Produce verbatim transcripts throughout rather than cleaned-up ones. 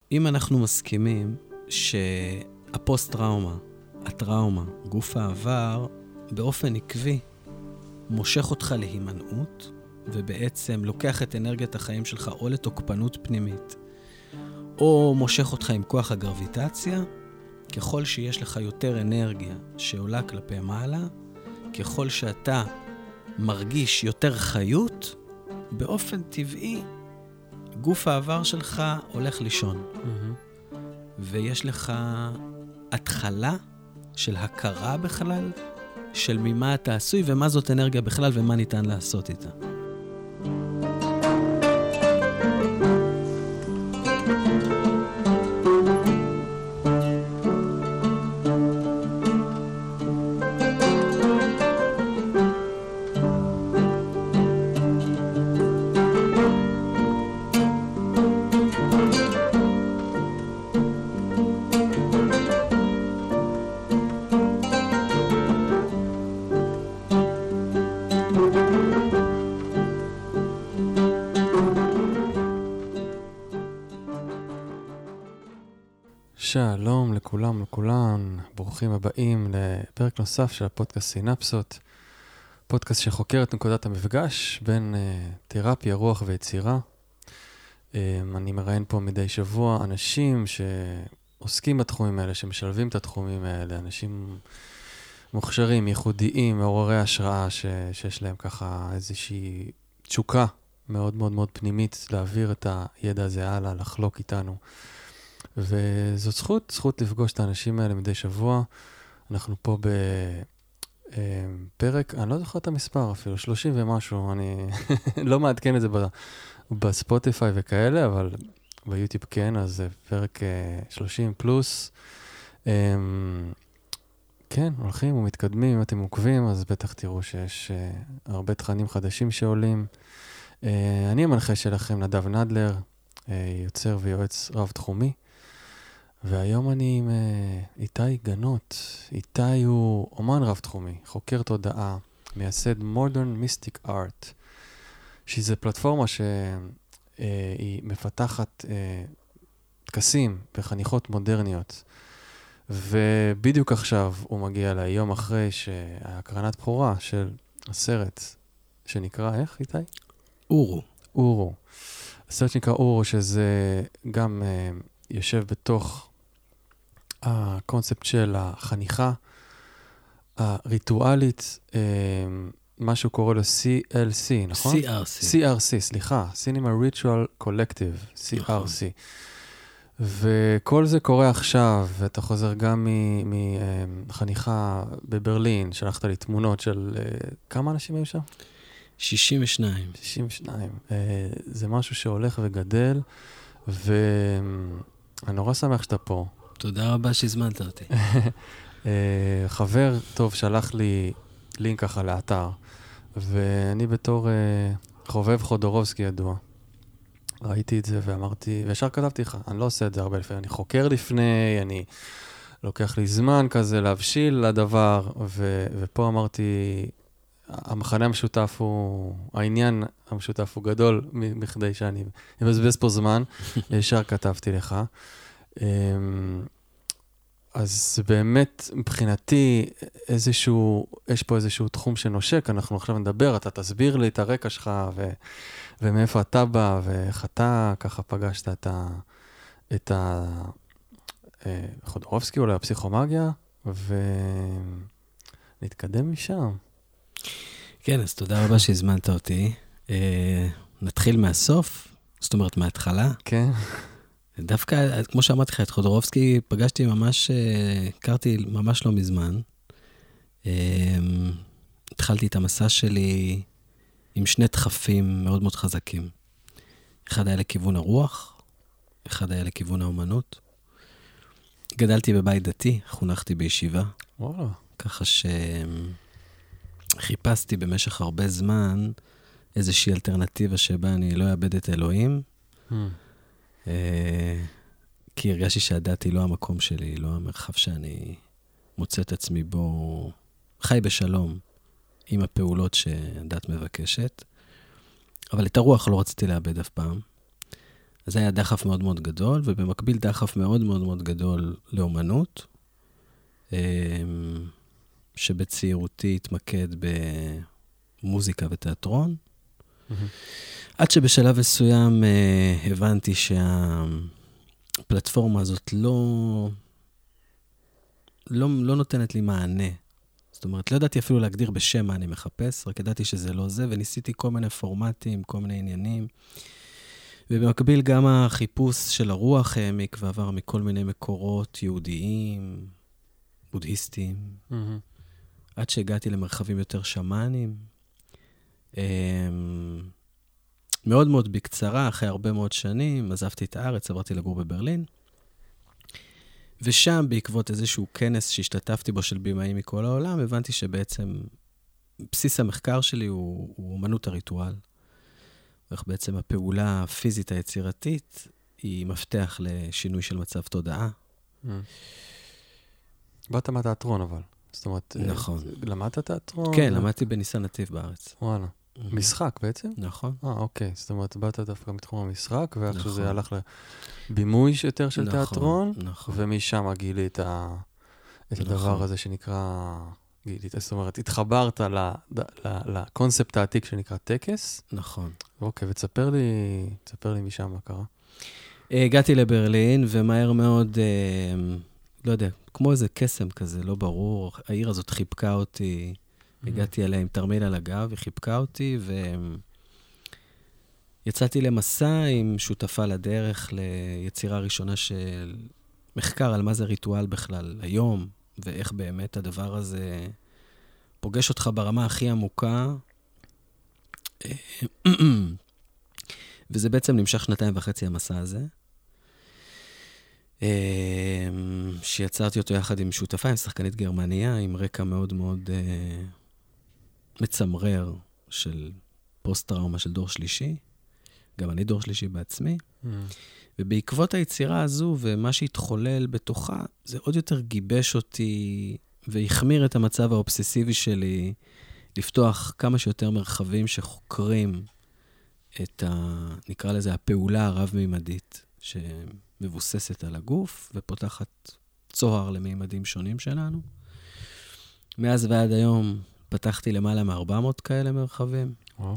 אם אנחנו מסכימים שהפוסט-טראומה, הטראומה, גוף העבר, באופן עקבי, מושך אותך להימנעות, ובעצם לוקח את אנרגיית החיים שלך או לתוקפנות פנימית, או מושך אותך עם כוח הגרביטציה, ככל שיש לך יותר אנרגיה שעולה כלפי מעלה, ככל שאתה מרגיש יותר חיות, באופן טבעי, גוף העבר שלך הולך לישון. Mm-hmm. ויש לך התחלה של הכרה בכלל, של ממה אתה עשוי ומה זאת אנרגיה בכלל ומה ניתן לעשות איתה. שלום לכולם לכולן, ברוכים הבאים לפרק נוסף של הפודקאסט סינפסות, פודקאסט שחוקר את נקודת המפגש בין uh, תרפיה, רוח ויצירה. Um, אני מראיין פה מדי שבוע אנשים שעוסקים בתחומים האלה, שמשלבים את התחומים האלה, אנשים מוכשרים, ייחודיים, מעוררי השראה, ש- שיש להם ככה איזושהי תשוקה מאוד מאוד מאוד פנימית להעביר את הידע הזה הלאה, לחלוק איתנו. וזאת זכות, זכות לפגוש את האנשים האלה מדי שבוע. אנחנו פה בפרק, אני לא זוכר את המספר אפילו, שלושים ומשהו, אני לא מעדכן את זה בספוטיפיי וכאלה, אבל ביוטיוב כן, אז זה פרק שלושים פלוס. כן, הולכים ומתקדמים, אם אתם עוקבים, אז בטח תראו שיש הרבה תכנים חדשים שעולים. אני המנחה שלכם, נדב נדלר, יוצר ויועץ רב תחומי. והיום אני עם uh, איתי גנות. איתי הוא אומן רב-תחומי, חוקר תודעה, מייסד Modern Mystic Art, שזו פלטפורמה שהיא מפתחת uh, טקסים וחניכות מודרניות. ובדיוק עכשיו הוא מגיע לה יום אחרי שהקרנת בחורה של הסרט שנקרא, איך איתי? אורו. אורו. הסרט שנקרא אורו, שזה גם uh, יושב בתוך הקונספט של החניכה הריטואלית, משהו קורא לו סי אל סי, נכון? סי אר סי. סי אר סי, סליחה. Cinema Ritual Collective, סי אר סי. וכל זה קורה עכשיו, ואתה חוזר גם מחניכה בברלין, שלחת לי תמונות של כמה אנשים היו שם? שישים ושניים. שישים ושניים. זה משהו שהולך וגדל, ואני נורא שמח שאתה פה. תודה רבה שהזמנת אותי. חבר טוב שלח לי לינק ככה לאתר, ואני בתור חובב חודורובסקי ידוע, ראיתי את זה ואמרתי, וישר כתבתי לך, אני לא עושה את זה הרבה לפני, אני חוקר לפני, אני לוקח לי זמן כזה להבשיל לדבר, ו- ופה אמרתי, המחנה המשותף הוא, העניין המשותף הוא גדול, מכדי שאני אבזבז פה זמן, ישר כתבתי לך. אז באמת, מבחינתי, איזשהו, יש פה איזשהו תחום שנושק, אנחנו עכשיו נדבר, אתה תסביר לי את הרקע שלך, ו, ומאיפה אתה בא, ואיך אתה ככה פגשת את ה... את ה... חודורובסקי, אולי הפסיכומגיה, ונתקדם משם. כן, אז תודה רבה שהזמנת אותי. נתחיל מהסוף, זאת אומרת מההתחלה. כן. דווקא, כמו שאמרתי לך, את חודורובסקי פגשתי ממש, הכרתי ממש לא מזמן. התחלתי את המסע שלי עם שני דחפים מאוד מאוד חזקים. אחד היה לכיוון הרוח, אחד היה לכיוון האומנות. גדלתי בבית דתי, חונכתי בישיבה. וואלה. ככה שחיפשתי במשך הרבה זמן איזושהי אלטרנטיבה שבה אני לא אאבד את אלוהים. Hmm. כי הרגשתי שהדת היא לא המקום שלי, לא המרחב שאני מוצא את עצמי בו, חי בשלום עם הפעולות שהדת מבקשת, אבל את הרוח לא רציתי לאבד אף פעם. זה היה דחף מאוד מאוד גדול, ובמקביל דחף מאוד מאוד מאוד גדול לאומנות, שבצעירותי התמקד במוזיקה ותיאטרון, mm-hmm. עד שבשלב מסוים הבנתי שהפלטפורמה הזאת לא, לא, לא נותנת לי מענה. זאת אומרת, לא ידעתי אפילו להגדיר בשם מה אני מחפש, רק ידעתי שזה לא זה, וניסיתי כל מיני פורמטים, כל מיני עניינים. ובמקביל גם החיפוש של הרוח העמיק ועבר מכל מיני מקורות יהודיים, בודהיסטיים, mm-hmm. עד שהגעתי למרחבים יותר שמאנים. מאוד מאוד בקצרה, אחרי הרבה מאוד שנים, עזבתי את הארץ, עברתי לגור בברלין, ושם, בעקבות איזשהו כנס שהשתתפתי בו של בימאים מכל העולם, הבנתי שבעצם בסיס המחקר שלי הוא, הוא אומנות הריטואל. ואיך בעצם הפעולה הפיזית היצירתית היא מפתח לשינוי של מצב תודעה. Mm. באת מהתיאטרון אבל. זאת אומרת, נכון. למדת תיאטרון? כן, למדתי בניסן נתיב בארץ. וואלה. Mm-hmm. משחק בעצם? נכון. אה, אוקיי. זאת אומרת, באת דווקא מתחום המשחק, ואיך נכון. שזה הלך לבימוי יותר של נכון, תיאטרון, נכון. ומשם גילית ה... את נכון. הדבר הזה שנקרא... גילית, זאת אומרת, התחברת לקונספט העתיק שנקרא טקס. נכון. אוקיי, ותספר לי, תספר לי משם מה קרה. הגעתי לברלין, ומהר מאוד, לא יודע, כמו איזה קסם כזה, לא ברור. העיר הזאת חיבקה אותי, הגעתי אליה עם תרמיל על הגב, היא חיבקה אותי, ויצאתי למסע עם שותפה לדרך, ליצירה ראשונה של מחקר על מה זה ריטואל בכלל, היום, ואיך באמת הדבר הזה פוגש אותך ברמה הכי עמוקה. וזה בעצם נמשך שנתיים וחצי המסע הזה, שיצרתי אותו יחד עם שותפה, עם שחקנית גרמניה, עם רקע מאוד מאוד מצמרר של פוסט-טראומה של דור שלישי. גם אני דור שלישי בעצמי. Mm. ובעקבות היצירה הזו ומה שהתחולל בתוכה, זה עוד יותר גיבש אותי והחמיר את המצב האובססיבי שלי, לפתוח כמה שיותר מרחבים שחוקרים את ה... נקרא לזה הפעולה הרב-מימדית, שמבוססת על הגוף ופותחת צוהר למימדים שונים שלנו. מאז ועד היום פתחתי למעלה מ-ארבע מאות כאלה מרחבים. וואו.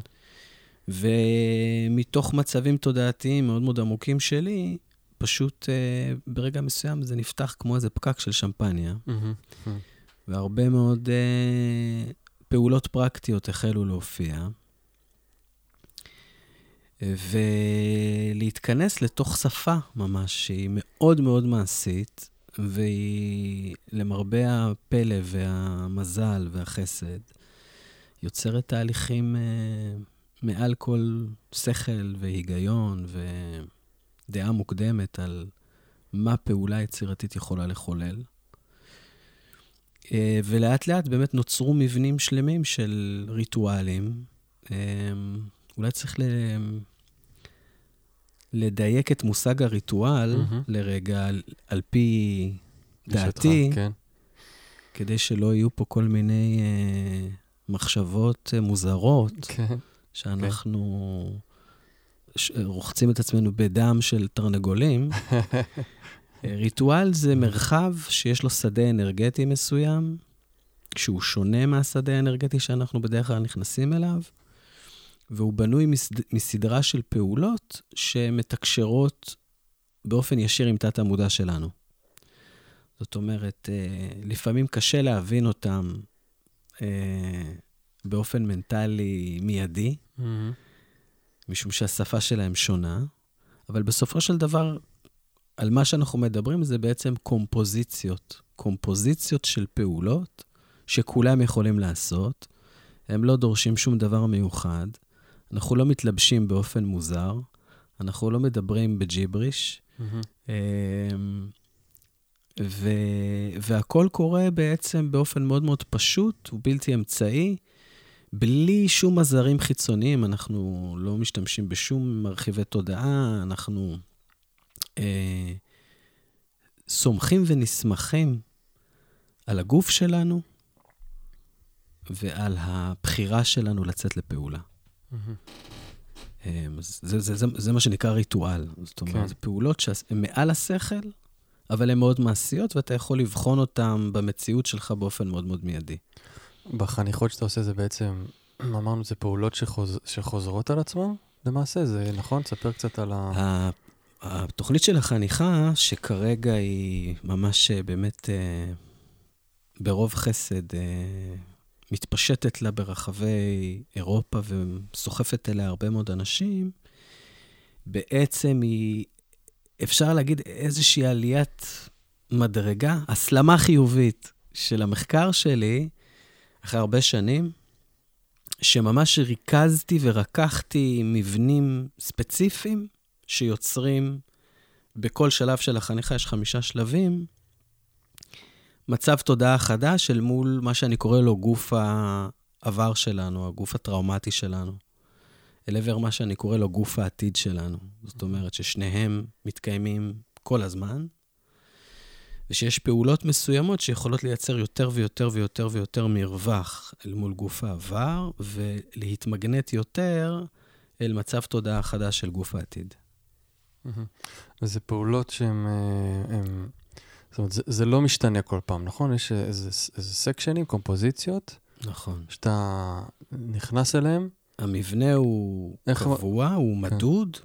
ומתוך מצבים תודעתיים מאוד מאוד עמוקים שלי, פשוט uh, ברגע מסוים זה נפתח כמו איזה פקק של שמפניה, mm-hmm. והרבה מאוד uh, פעולות פרקטיות החלו להופיע, ולהתכנס לתוך שפה ממש, שהיא מאוד מאוד מעשית, והיא למרבה הפלא והמזל והחסד, יוצרת תהליכים... Uh, מעל כל שכל והיגיון ודעה מוקדמת על מה פעולה יצירתית יכולה לחולל. ולאט לאט באמת נוצרו מבנים שלמים של ריטואלים. אולי צריך לדייק את מושג הריטואל mm-hmm. לרגע על, על פי דעתי, כן. כדי שלא יהיו פה כל מיני מחשבות מוזרות. כן. שאנחנו רוחצים את עצמנו בדם של תרנגולים. ריטואל זה מרחב שיש לו שדה אנרגטי מסוים, שהוא שונה מהשדה האנרגטי שאנחנו בדרך כלל נכנסים אליו, והוא בנוי מסדרה של פעולות שמתקשרות באופן ישיר עם תת המודע שלנו. זאת אומרת, לפעמים קשה להבין אותם באופן מנטלי מיידי, mm-hmm. משום שהשפה שלהם שונה, אבל בסופו של דבר, על מה שאנחנו מדברים זה בעצם קומפוזיציות, קומפוזיציות של פעולות שכולם יכולים לעשות, הם לא דורשים שום דבר מיוחד, אנחנו לא מתלבשים באופן מוזר, אנחנו לא מדברים בג'יבריש, mm-hmm. ו- והכל קורה בעצם באופן מאוד מאוד פשוט ובלתי אמצעי, בלי שום עזרים חיצוניים, אנחנו לא משתמשים בשום מרחיבי תודעה, אנחנו אה, סומכים ונסמכים על הגוף שלנו, ועל הבחירה שלנו לצאת לפעולה. Mm-hmm. אז זה, זה, זה, זה מה שנקרא ריטואל. זאת אומרת, כן. זה פעולות שהן מעל השכל, אבל הן מאוד מעשיות, ואתה יכול לבחון אותן במציאות שלך באופן מאוד מאוד מיידי. בחניכות שאתה עושה זה בעצם, אמרנו, זה פעולות שחוז... שחוזרות על עצמם? למעשה, זה נכון? תספר קצת על ה... התוכנית של החניכה, שכרגע היא ממש באמת ברוב חסד, מתפשטת לה ברחבי אירופה וסוחפת אליה הרבה מאוד אנשים, בעצם היא, אפשר להגיד, איזושהי עליית מדרגה, הסלמה חיובית של המחקר שלי, אחרי הרבה שנים, שממש ריכזתי ורקחתי מבנים ספציפיים, שיוצרים בכל שלב של החניכה, יש חמישה שלבים, מצב תודעה חדש של מול מה שאני קורא לו גוף העבר שלנו, הגוף הטראומטי שלנו, אל עבר מה שאני קורא לו גוף העתיד שלנו. זאת אומרת ששניהם מתקיימים כל הזמן, ושיש פעולות מסוימות שיכולות לייצר יותר ויותר ויותר ויותר מרווח אל מול גוף העבר, ולהתמגנט יותר אל מצב תודעה חדש של גוף העתיד. וזה פעולות שהן, זאת אומרת, זה, זה לא משתנה כל פעם, נכון? יש איזה, איזה סקשנים, קומפוזיציות. נכון. שאתה נכנס אליהם. המבנה הוא קבוע, הוא מדוד.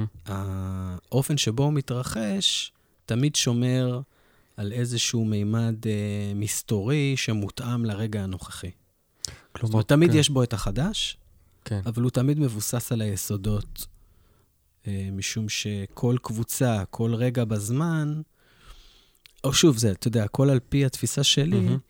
האופן שבו הוא מתרחש, תמיד שומר על איזשהו מימד מסתורי שמותאם לרגע הנוכחי. זאת אומרת, תמיד יש בו את החדש, אבל הוא תמיד מבוסס על היסודות, משום שכל קבוצה, כל רגע בזמן, או שוב זה, אתה יודע, הכל על פי התפיסה שלי, mm-hmm.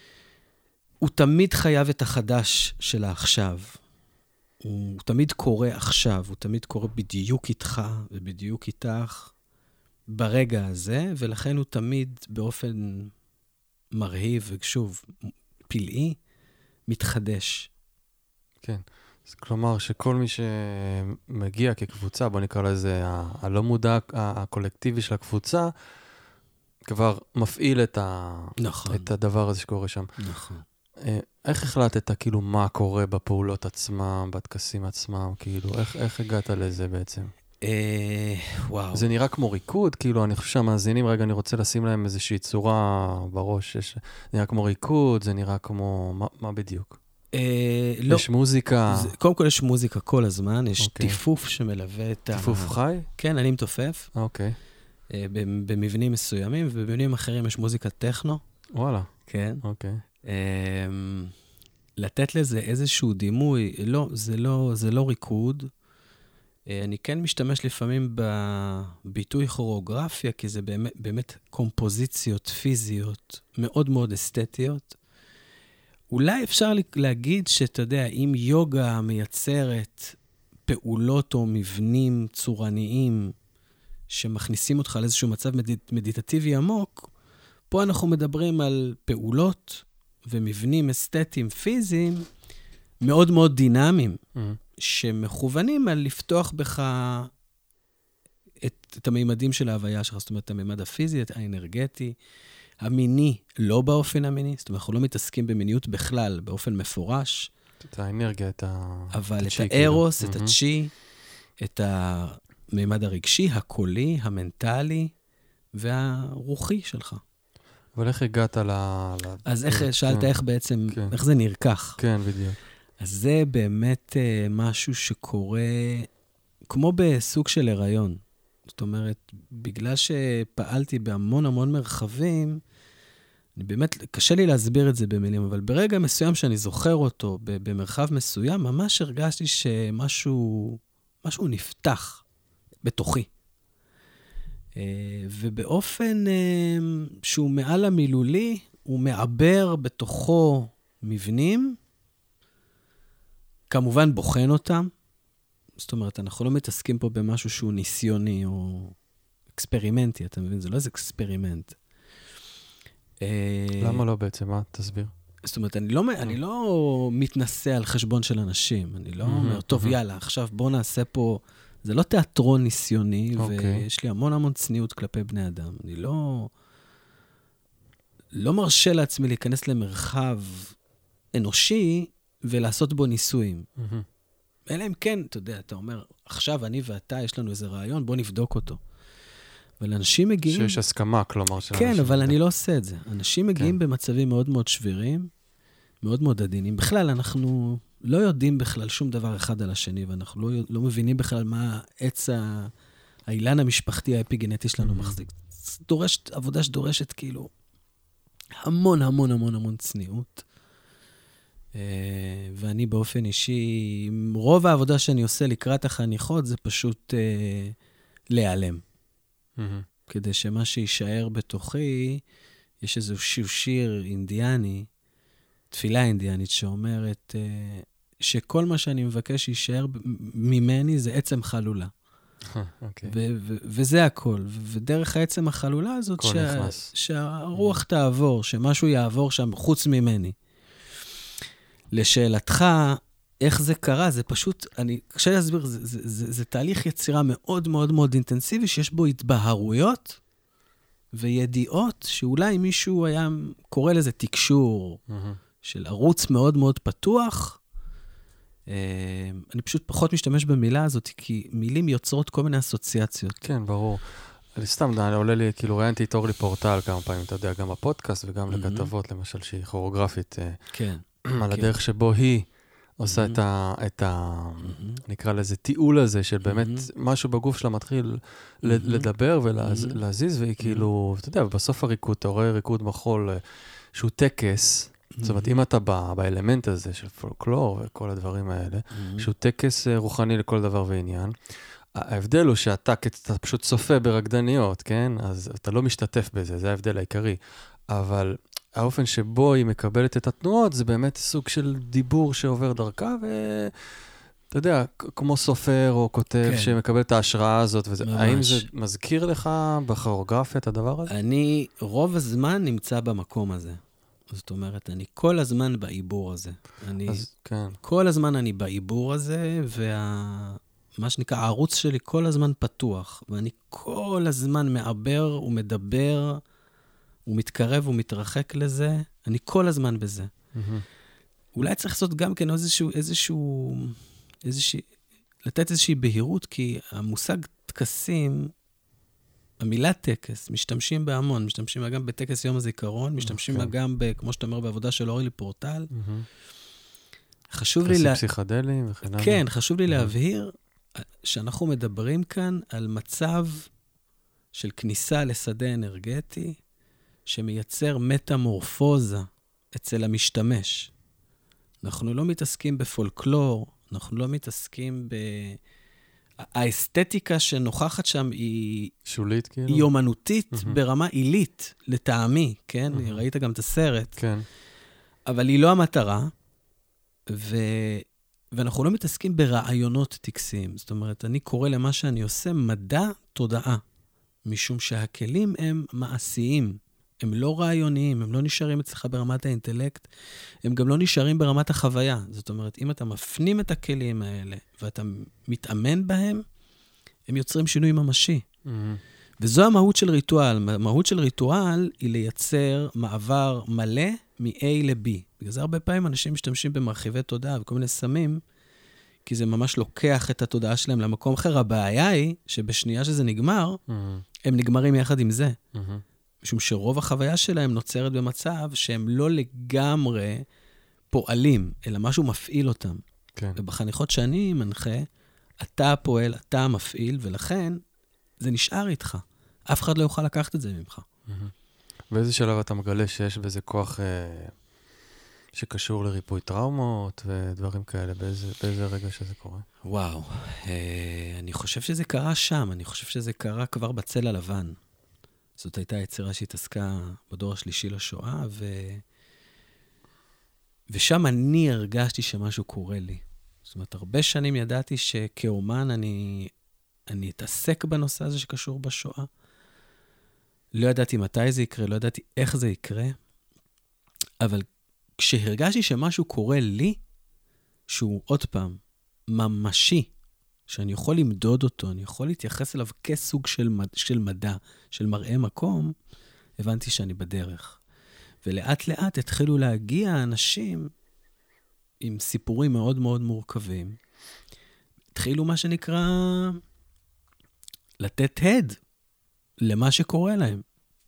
הוא תמיד חייב את החדש של העכשיו. הוא תמיד קורה עכשיו, הוא תמיד קורה בדיוק איתך ובדיוק איתך ברגע הזה, ולכן הוא תמיד באופן מרהיב, ושוב, פלאי, מתחדש. כן. אז כלומר, שכל מי שמגיע כקבוצה, בוא נקרא לזה, הלא מודע, הקולקטיבי של הקבוצה, כבר מפעיל את, ה... נכון. את הדבר הזה שקורה שם. נכון. איך החלטת, כאילו, מה קורה בפעולות עצמם, בטקסים עצמם, כאילו, איך, איך הגעת לזה בעצם? אה, וואו. זה נראה כמו ריקוד, כאילו, אני חושב שהמאזינים, רגע, אני רוצה לשים להם איזושהי צורה בראש, יש, זה נראה כמו ריקוד, זה נראה כמו, מה, מה בדיוק? אה, לא. יש מוזיקה? זה, קודם כל יש מוזיקה כל הזמן, יש אוקיי. טיפוף שמלווה את ה... טיפוף חי? כן, אני מתופף. אוקיי. אה, במבנים מסוימים, ובמבנים אחרים יש מוזיקה טכנו. וואלה. כן. אוקיי. לתת לזה איזשהו דימוי, לא, זה לא, זה לא ריקוד. אני כן משתמש לפעמים בביטוי כוריאוגרפיה, כי זה באמת, באמת קומפוזיציות פיזיות מאוד מאוד אסתטיות. אולי אפשר להגיד שאתה יודע, אם יוגה מייצרת פעולות או מבנים צורניים שמכניסים אותך לאיזשהו מצב מדיטטיבי עמוק, פה אנחנו מדברים על פעולות ומבנים אסתטיים פיזיים מאוד מאוד דינמיים, mm-hmm. שמכוונים על לפתוח בך את, את המימדים של ההוויה שלך, זאת אומרת, את המימד הפיזי, האנרגטי, המיני, לא באופן המיני, זאת אומרת, אנחנו לא מתעסקים במיניות בכלל, באופן מפורש. את האנרגיה, את ה... אבל את הארוס, את הצ'י, את המימד הרגשי, הקולי, המנטלי והרוחי שלך. אבל איך הגעת ל... אז איך, שאלת איך בעצם, איך זה נרקח? כן, בדיוק. אז זה באמת משהו שקורה כמו בסוג של הריון. זאת אומרת, בגלל שפעלתי בהמון המון מרחבים, אני באמת, קשה לי להסביר את זה במילים, אבל ברגע מסוים שאני זוכר אותו, במרחב מסוים, ממש הרגשתי שמשהו, משהו נפתח בתוכי. ובאופן שהוא מעל המילולי, הוא מעבר בתוכו מבנים, כמובן בוחן אותם, זאת אומרת, אנחנו לא מתעסקים פה במשהו שהוא ניסיוני או אקספרימנטי, אתה מבין? זה לא איזה אקספרימנט. למה לא בעצם? מה? תסביר. זאת אומרת, אני לא, אני לא מתנסה על חשבון של אנשים, אני לא אומר, טוב, יאללה, עכשיו בוא נעשה פה, זה לא תיאטרון ניסיוני, ויש לי המון המון צניעות כלפי בני אדם. אני לא, לא מרשה לעצמי להיכנס למרחב אנושי ולעשות בו ניסויים. אלא אם כן, אתה יודע, אתה אומר, עכשיו אני ואתה, יש לנו איזה רעיון, בוא נבדוק אותו. אבל אנשים מגיעים... שיש הסכמה, כלומר, של כן, אנשים. אבל אני לא עושה את זה. אנשים מגיעים כן. במצבים מאוד מאוד שבירים, מאוד מאוד עדינים. בכלל, אנחנו לא יודעים בכלל שום דבר אחד על השני, ואנחנו לא, לא מבינים בכלל מה העץ ה... האילן המשפחתי האפיגנטי שלנו מחזיק. דורשת, עבודה שדורשת כאילו המון, המון, המון, המון צניעות. ואני באופן אישי, רוב העבודה שאני עושה לקראת החניכות, זה פשוט אה, להיעלם. Mm-hmm. כדי שמה שישאר בתוכי, יש איזשהו שיר אינדיאני, תפילה אינדיאנית שאומרת, אה, שכל מה שאני מבקש שישאר ממני זה עצם חלולה. Okay. ו- ו- וזה הכל. ודרך העצם החלולה הזאת, שה- שהרוח תעבור, שמשהו יעבור שם חוץ ממני. לשאלתך, איך זה קרה? זה פשוט, אני קשה להסביר, זה, זה, זה, זה תהליך יצירה מאוד מאוד מאוד אינטנסיבי, שיש בו התבהרויות וידיעות, שאולי מישהו היה קורא לזה תקשור, mm-hmm. של ערוץ מאוד מאוד פתוח. אני פשוט פחות משתמש במילה הזאת, כי מילים יוצרות כל מיני אסוציאציות. כן, ברור. אני סתם, עולה לי, כאילו ראיינתי את אורלי פורטל כמה פעמים, אתה יודע, גם בפודקאסט וגם לכתבות, למשל, שהיא כוריאוגרפית, כן. על הדרך שבו היא עושה את ה... את ה... נקרא לזה טיעול הזה, של באמת משהו בגוף שלה מתחיל לדבר ולהזיז, והיא כאילו, אתה יודע, בסוף הריקוד, אתה רואה ריקוד מחול שהוא טקס, זאת אומרת, אם אתה באלמנט הזה של פולקלור וכל הדברים האלה, שהוא טקס רוחני לכל דבר ועניין, ההבדל הוא שאתה אתה פשוט צופה ברקדניות, כן? אז אתה לא משתתף בזה, זה ההבדל העיקרי. אבל האופן שבו היא מקבלת את התנועות, זה באמת סוג של דיבור שעובר דרכה, ואתה יודע, כמו סופר או כותב כן. שמקבל את ההשראה הזאת, וזה, האם זה מזכיר לך בכוריאוגרפיה את הדבר הזה? אני רוב הזמן נמצא במקום הזה. זאת אומרת, אני כל הזמן בעיבור הזה. אני, אז, כן. כל הזמן אני בעיבור הזה, וה... מה שנקרא, הערוץ שלי כל הזמן פתוח, ואני כל הזמן מעבר ומדבר, ומתקרב ומתרחק לזה, אני כל הזמן בזה. Mm-hmm. אולי צריך לעשות גם כן איזשהו, איזשהו, איזושהי, לתת איזושהי בהירות, כי המושג טקסים, המילה טקס, משתמשים בהמון, משתמשים גם בטקס יום הזיכרון, משתמשים okay. גם, ב, כמו שאתה אומר, בעבודה של אורלי פורטל. Mm-hmm. חשוב לי... לה... פסיכדלים וכן הלאה. כן, חשוב לי mm-hmm. להבהיר, שאנחנו מדברים כאן על מצב של כניסה לשדה אנרגטי, שמייצר מטמורפוזה אצל המשתמש. אנחנו לא מתעסקים בפולקלור, אנחנו לא מתעסקים ב... האסתטיקה שנוכחת שם היא... שולית כאילו? היא אומנותית mm-hmm. ברמה עילית, לטעמי, כן? Mm-hmm. ראית גם את הסרט. כן. אבל היא לא המטרה, ו... ואנחנו לא מתעסקים ברעיונות טקסיים. זאת אומרת, אני קורא למה שאני עושה מדע תודעה, משום שהכלים הם מעשיים, הם לא רעיוניים, הם לא נשארים אצלך ברמת האינטלקט, הם גם לא נשארים ברמת החוויה. זאת אומרת, אם אתה מפנים את הכלים האלה, ואתה מתאמן בהם, הם יוצרים שינוי ממשי. Mm-hmm. וזו המהות של ריטואל. המהות של ריטואל היא לייצר מעבר מלא מ-A ל-B. בגלל זה הרבה פעמים אנשים משתמשים במרחיבי תודעה וכל מיני סמים, כי זה ממש לוקח את התודעה שלהם למקום אחר. הבעיה היא שבשנייה שזה נגמר, mm-hmm. הם נגמרים יחד עם זה. Mm-hmm. משום שרוב החוויה שלהם נוצרת במצב שהם לא לגמרי פועלים, אלא משהו מפעיל אותם. כן. ובחניכות שאני מנחה, אתה פועל, אתה מפעיל, ולכן זה נשאר איתך. אף אחד לא יוכל לקחת את זה ממך. Mm-hmm. באיזה שלב אתה מגלה שיש בזה כוח אה, שקשור לריפוי טראומות ודברים כאלה? באיזה, באיזה רגע שזה קורה? וואו, אה, אני חושב שזה קרה שם. אני חושב שזה קרה כבר בצל הלבן. זאת הייתה יצירה שהתעסקה בדור השלישי לשואה, ו... ושם אני הרגשתי שמשהו קורה לי. זאת אומרת, הרבה שנים ידעתי שכאומן אני, אני אתעסק בנושא הזה שקשור בשואה. לא ידעתי מתי זה יקרה, לא ידעתי איך זה יקרה, אבל כשהרגשתי שמשהו קורה לי, שהוא עוד פעם ממשי, שאני יכול למדוד אותו, אני יכול להתייחס אליו כסוג של, מד... של מדע, של מראה מקום, הבנתי שאני בדרך. ולאט לאט התחילו להגיע אנשים עם סיפורים מאוד מאוד מורכבים, התחילו מה שנקרא לתת הד למה שקורה להם.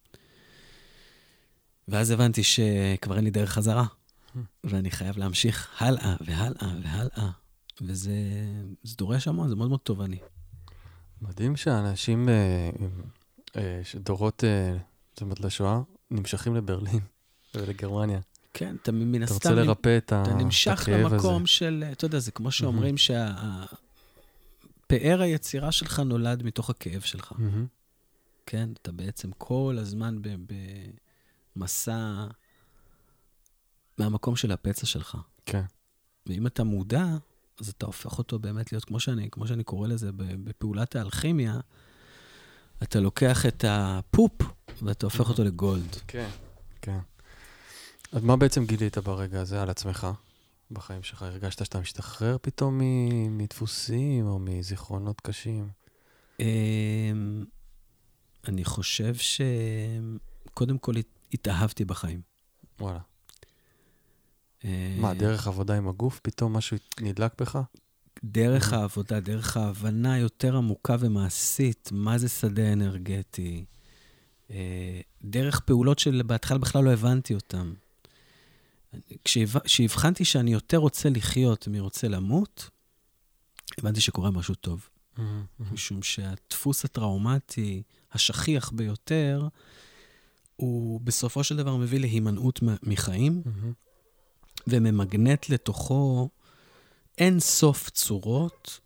ואז הבנתי שכבר אין לי דרך חזרה, ואני חייב להמשיך הלאה והלאה והלאה, וזה זה דורש המון, זה מאוד מאוד טובעני. מדהים שאנשים, אה, אה, שדורות, אה, זאת אומרת לשואה, נמשכים לברלין ולגרמניה. כן, אתה מן הסתם... אתה רוצה לרפא את הכאב הזה. אתה נמשך למקום של, אתה יודע, זה כמו שאומרים שהפאר היצירה שלך נולד מתוך הכאב שלך. כן, אתה בעצם כל הזמן במסע מהמקום של הפצע שלך. כן. ואם אתה מודע, אז אתה הופך אותו באמת להיות, כמו שאני, כמו שאני קורא לזה, בפעולת האלכימיה, אתה לוקח את הפופ, ואתה הופך אותו לגולד. כן, כן. אז מה בעצם גילית ברגע הזה על עצמך, בחיים שלך? הרגשת שאתה משתחרר פתאום מדפוסים, או מזיכרונות קשים? אני חושב שקודם כל התאהבתי בחיים. וואלה. מה, דרך עבודה עם הגוף? פתאום משהו נדלק בך? דרך העבודה, דרך ההבנה יותר עמוקה ומעשית, מה זה שדה אנרגטי, דרך פעולות שבהתחלה בכלל לא הבנתי אותן. כשהבחנתי שאני יותר רוצה לחיות מרוצה למות, הבנתי שקורה משהו טוב. משום שהדפוס הטראומטי, השכיח ביותר, הוא בסופו של דבר מביא להימנעות מחיים, וממגנט לתוכו אין סוף צורות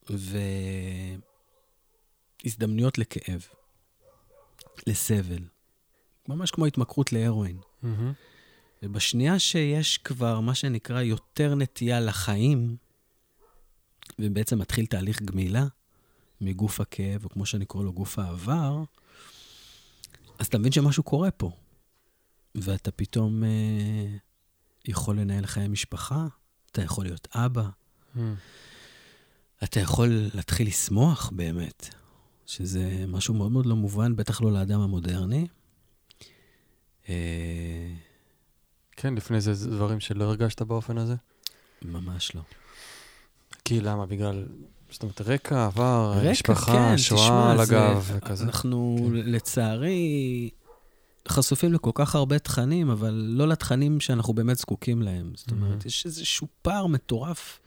והזדמנויות לכאב, לסבל. ממש כמו התמכרות להרואין. ובשנייה שיש כבר מה שנקרא יותר נטייה לחיים, ובעצם מתחיל תהליך גמילה מגוף הכאב, או כמו שאני קורא לו גוף העבר, אז אתה מבין שמשהו קורה פה. ואתה פתאום אה, יכול לנהל חיי משפחה, אתה יכול להיות אבא, mm. אתה יכול להתחיל לשמוח באמת, שזה משהו מאוד מאוד לא מובן, בטח לא לאדם המודרני. אה... כן, לפני זה דברים שלא הרגשת באופן הזה? ממש לא. כי למה? בגלל, זאת אומרת, רקע, עבר, רקע, משפחה, כן, שואה תשמע, על הגב זה, וכזה. אנחנו כן. לצערי חשופים לכל כך הרבה תכנים, אבל לא לתכנים שאנחנו באמת זקוקים להם. זאת אומרת, mm-hmm. יש איזשהו פער מטורף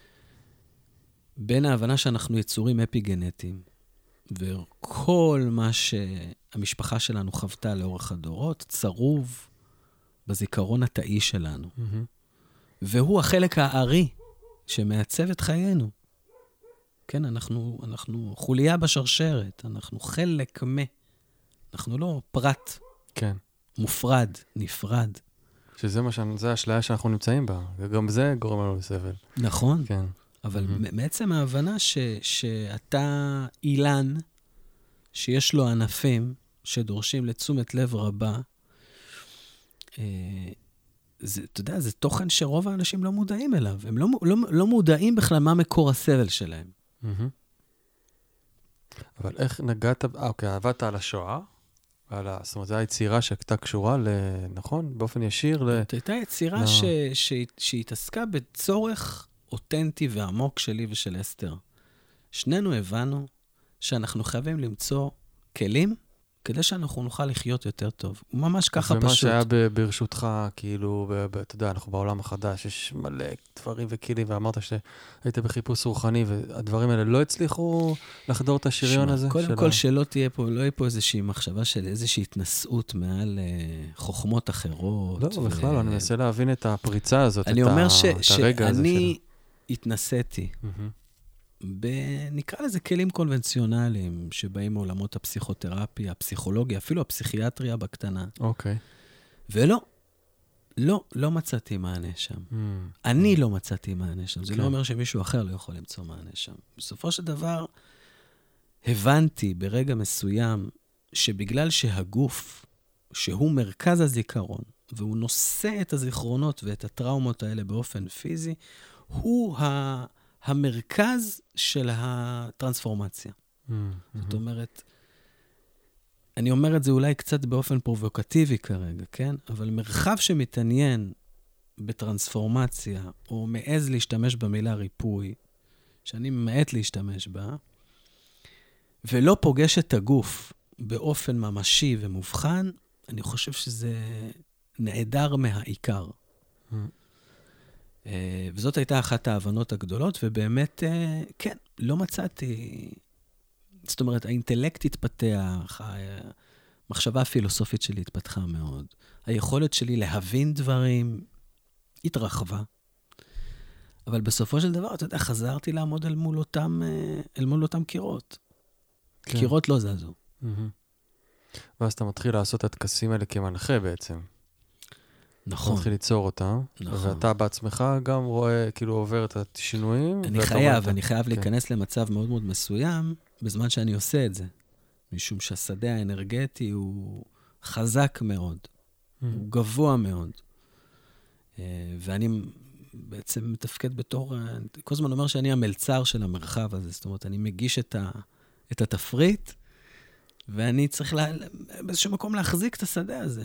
בין ההבנה שאנחנו יצורים אפי-גנטיים, וכל מה שהמשפחה שלנו חוותה לאורך הדורות, צרוב בזיכרון התאי שלנו. Mm-hmm. והוא החלק הארי שמעצב את חיינו. כן, אנחנו, אנחנו חוליה בשרשרת, אנחנו חלק מה. אנחנו לא פרט. כן. מופרד, נפרד. שזה מה ש... זה השליה שאנחנו נמצאים בה, וגם זה גורם לנו לסבל. נכון. כן. אבל mm-hmm. בעצם ההבנה ש, שאתה אילן, שיש לו ענפים, שדורשים לתשומת לב רבה, אה, זה, אתה יודע, זה תוכן שרוב האנשים לא מודעים אליו. הם לא, לא, לא מודעים בכלל מה מקור הסבל שלהם. Mm-hmm. אבל איך נגעת, אה, אוקיי, עבדת על השואה, ועל ה... זאת אומרת, זו היצירה שהייתה קשורה, ל... נכון? באופן ישיר ל... הייתה יצירה ש... ש... שהתעסקה בצורך אותנטי ועמוק שלי ושל אסתר. שנינו הבנו שאנחנו חייבים למצוא כלים, כדי שאנחנו נוכל לחיות יותר טוב. הוא ממש ככה פשוט. ומה שהיה ב- ברשותך, כאילו, ב- ב- אתה יודע, אנחנו בעולם החדש, יש מלא דברים וכלים, ואמרת שהיית בחיפוש רוחני, והדברים האלה לא הצליחו לחדור את השריון שמה, הזה? קודם של כל ה... שלא תהיה פה, לא יהיה פה איזושהי מחשבה של איזושהי התנסות מעל uh, חוכמות אחרות. לא, ו... בכלל, ו... אני מנסה להבין את הפריצה הזאת, אני את, אומר ה... ש... את הרגע הזה. שאני של... התנסיתי. Mm-hmm. נקרא לזה כלים קונבנציונליים, שבאים מעולמות הפסיכותרפיה, הפסיכולוגיה, אפילו הפסיכיאטריה בקטנה. אוקיי. ולא, לא, לא מצאתי מענה שם. Mm. אני לא מצאתי מענה שם. זה כן. לא אומר שמישהו אחר לא יכול למצוא מענה שם. בסופו של דבר, הבנתי ברגע מסוים, שבגלל שהגוף, שהוא מרכז הזיכרון, והוא נושא את הזיכרונות ואת הטראומות האלה באופן פיזי, הוא ה... המרכז של הטרנספורמציה. Mm-hmm. זאת אומרת, אני אומר את זה אולי קצת באופן פרובוקטיבי כרגע, כן? אבל מרחב שמתעניין בטרנספורמציה, או מעז להשתמש במילה ריפוי, שאני ממעט להשתמש בה, ולא פוגש את הגוף באופן ממשי ומובחן, אני חושב שזה נעדר מהעיקר. Mm. וזאת הייתה אחת ההבנות הגדולות, ובאמת, כן, לא מצאתי, זאת אומרת, האינטלקט התפתח, המחשבה הפילוסופית שלי התפתחה מאוד, היכולת שלי להבין דברים התרחבה, אבל בסופו של דבר, אתה יודע, חזרתי לעמוד אל מול אותם, אל מול אותם קירות. כן. קירות לא זזו. Mm-hmm. ואז אתה מתחיל לעשות את הטקסים האלה כמנחה בעצם. נכון. אתה מתחיל ליצור אותם, נכון. ואתה בעצמך גם רואה, כאילו עובר את השינויים. אני חייב, אני חייב כן. להיכנס למצב מאוד מאוד מסוים, בזמן שאני עושה את זה. משום שהשדה האנרגטי הוא חזק מאוד, mm-hmm. הוא גבוה מאוד. ואני בעצם מתפקד בתור, כל הזמן אומר שאני המלצר של המרחב הזה, זאת אומרת, אני מגיש את, ה, את התפריט, ואני צריך לה, באיזשהו מקום להחזיק את השדה הזה.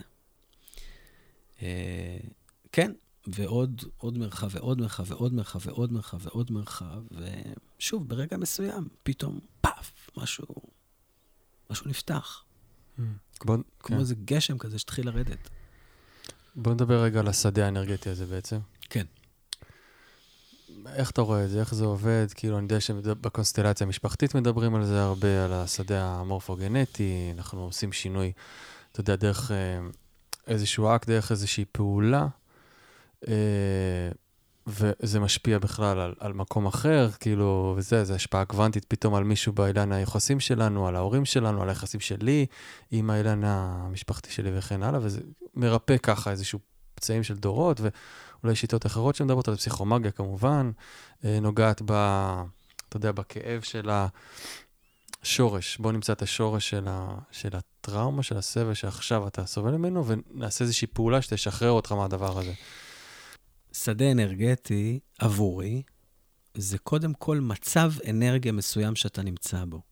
כן, ועוד עוד מרחב, ועוד מרחב, ועוד מרחב, ועוד מרחב, ועוד מרחב, ושוב, ברגע מסוים, פתאום, פאף, משהו, משהו נפתח. בוא, כמו כן. איזה גשם כזה שתחיל לרדת. בוא נדבר רגע על השדה האנרגטי הזה בעצם. כן. איך אתה רואה את זה? איך זה עובד? כאילו, אני יודע שבקונסטלציה המשפחתית מדברים על זה הרבה, על השדה המורפוגנטי, אנחנו עושים שינוי, אתה יודע, דרך אה, איזשהו אקט, דרך איזושהי פעולה, אה, וזה משפיע בכלל על, על מקום אחר, כאילו, וזה, זה השפעה קוונטית פתאום על מישהו באילן היחסים שלנו, על ההורים שלנו, על היחסים שלי, עם האילן המשפחתי שלי וכן הלאה, וזה מרפא ככה איזשהו פצעים של דורות, ואולי שיטות אחרות שמדברות על פסיכומגיה כמובן, נוגעת ב, אתה יודע, בכאב של השורש. בוא נמצא את השורש של, ה, של הטראומה, של הסבל שעכשיו אתה סובל ממנו, ונעשה איזושהי פעולה שתשחרר אותך מהדבר הזה. שדה אנרגטי עבורי, זה קודם כל מצב אנרגיה מסוים שאתה נמצא בו.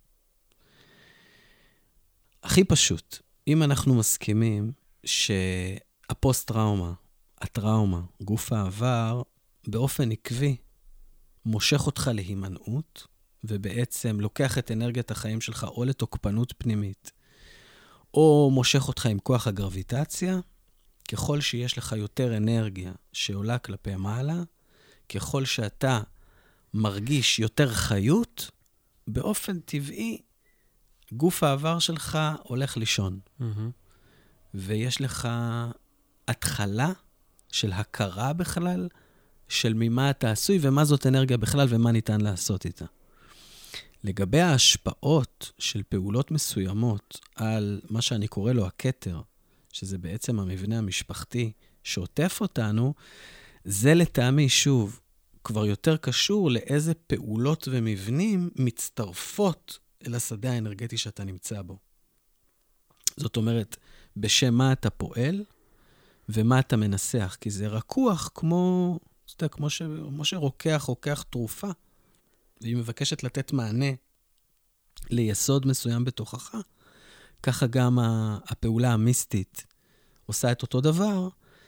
הכי פשוט, אם אנחנו מסכימים שהפוסט-טראומה, הטראומה, גוף העבר, באופן עקבי, מושך אותך להימנעות, ובעצם לוקח את אנרגיית החיים שלך או לתוקפנות פנימית, או מושך אותך עם כוח הגרביטציה, ככל שיש לך יותר אנרגיה שעולה כלפי מעלה, ככל שאתה מרגיש יותר חיות, באופן טבעי, גוף העבר שלך הולך לישון. Mm-hmm. ויש לך התחלה של הכרה בכלל, של ממה אתה עשוי ומה זאת אנרגיה בכלל ומה ניתן לעשות איתה. לגבי ההשפעות של פעולות מסוימות על מה שאני קורא לו הכתר, שזה בעצם המבנה המשפחתי שעוטף אותנו, זה לטעמי שוב כבר יותר קשור לאיזה פעולות ומבנים מצטרפות אל השדה האנרגטי שאתה נמצא בו. זאת אומרת, בשם מה אתה פועל ומה אתה מנסח, כי זה רקוח כמו, אתה יודע, כמו, ש, כמו שרוקח רוקח תרופה, והיא מבקשת לתת מענה ליסוד מסוים בתוכך, ככה גם הפעולה המיסטית עושה את אותו דבר.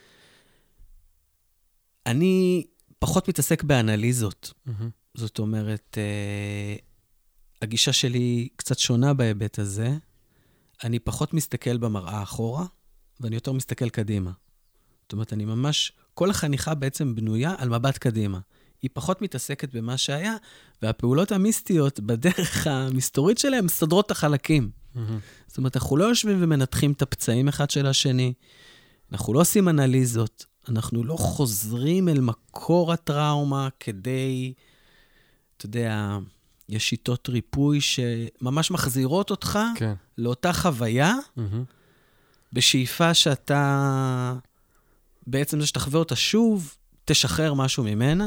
אני פחות מתעסק באנליזות. Mm-hmm. זאת אומרת, הגישה שלי קצת שונה בהיבט הזה. אני פחות מסתכל במראה אחורה, ואני יותר מסתכל קדימה. זאת אומרת, אני ממש, כל החניכה בעצם בנויה על מבט קדימה. היא פחות מתעסקת במה שהיה, והפעולות המיסטיות בדרך המסתורית שלהם סדרות את החלקים. Mm-hmm. זאת אומרת, אנחנו לא יושבים ומנתחים את הפצעים אחד של השני, אנחנו לא עושים אנליזות, אנחנו לא חוזרים אל מקור הטראומה כדי, אתה יודע, יש שיטות ריפוי שממש מחזירות אותך כן. לאותה חוויה, mm-hmm. בשאיפה שאתה, בעצם זה שתחווה אותה שוב, תשחרר משהו ממנה.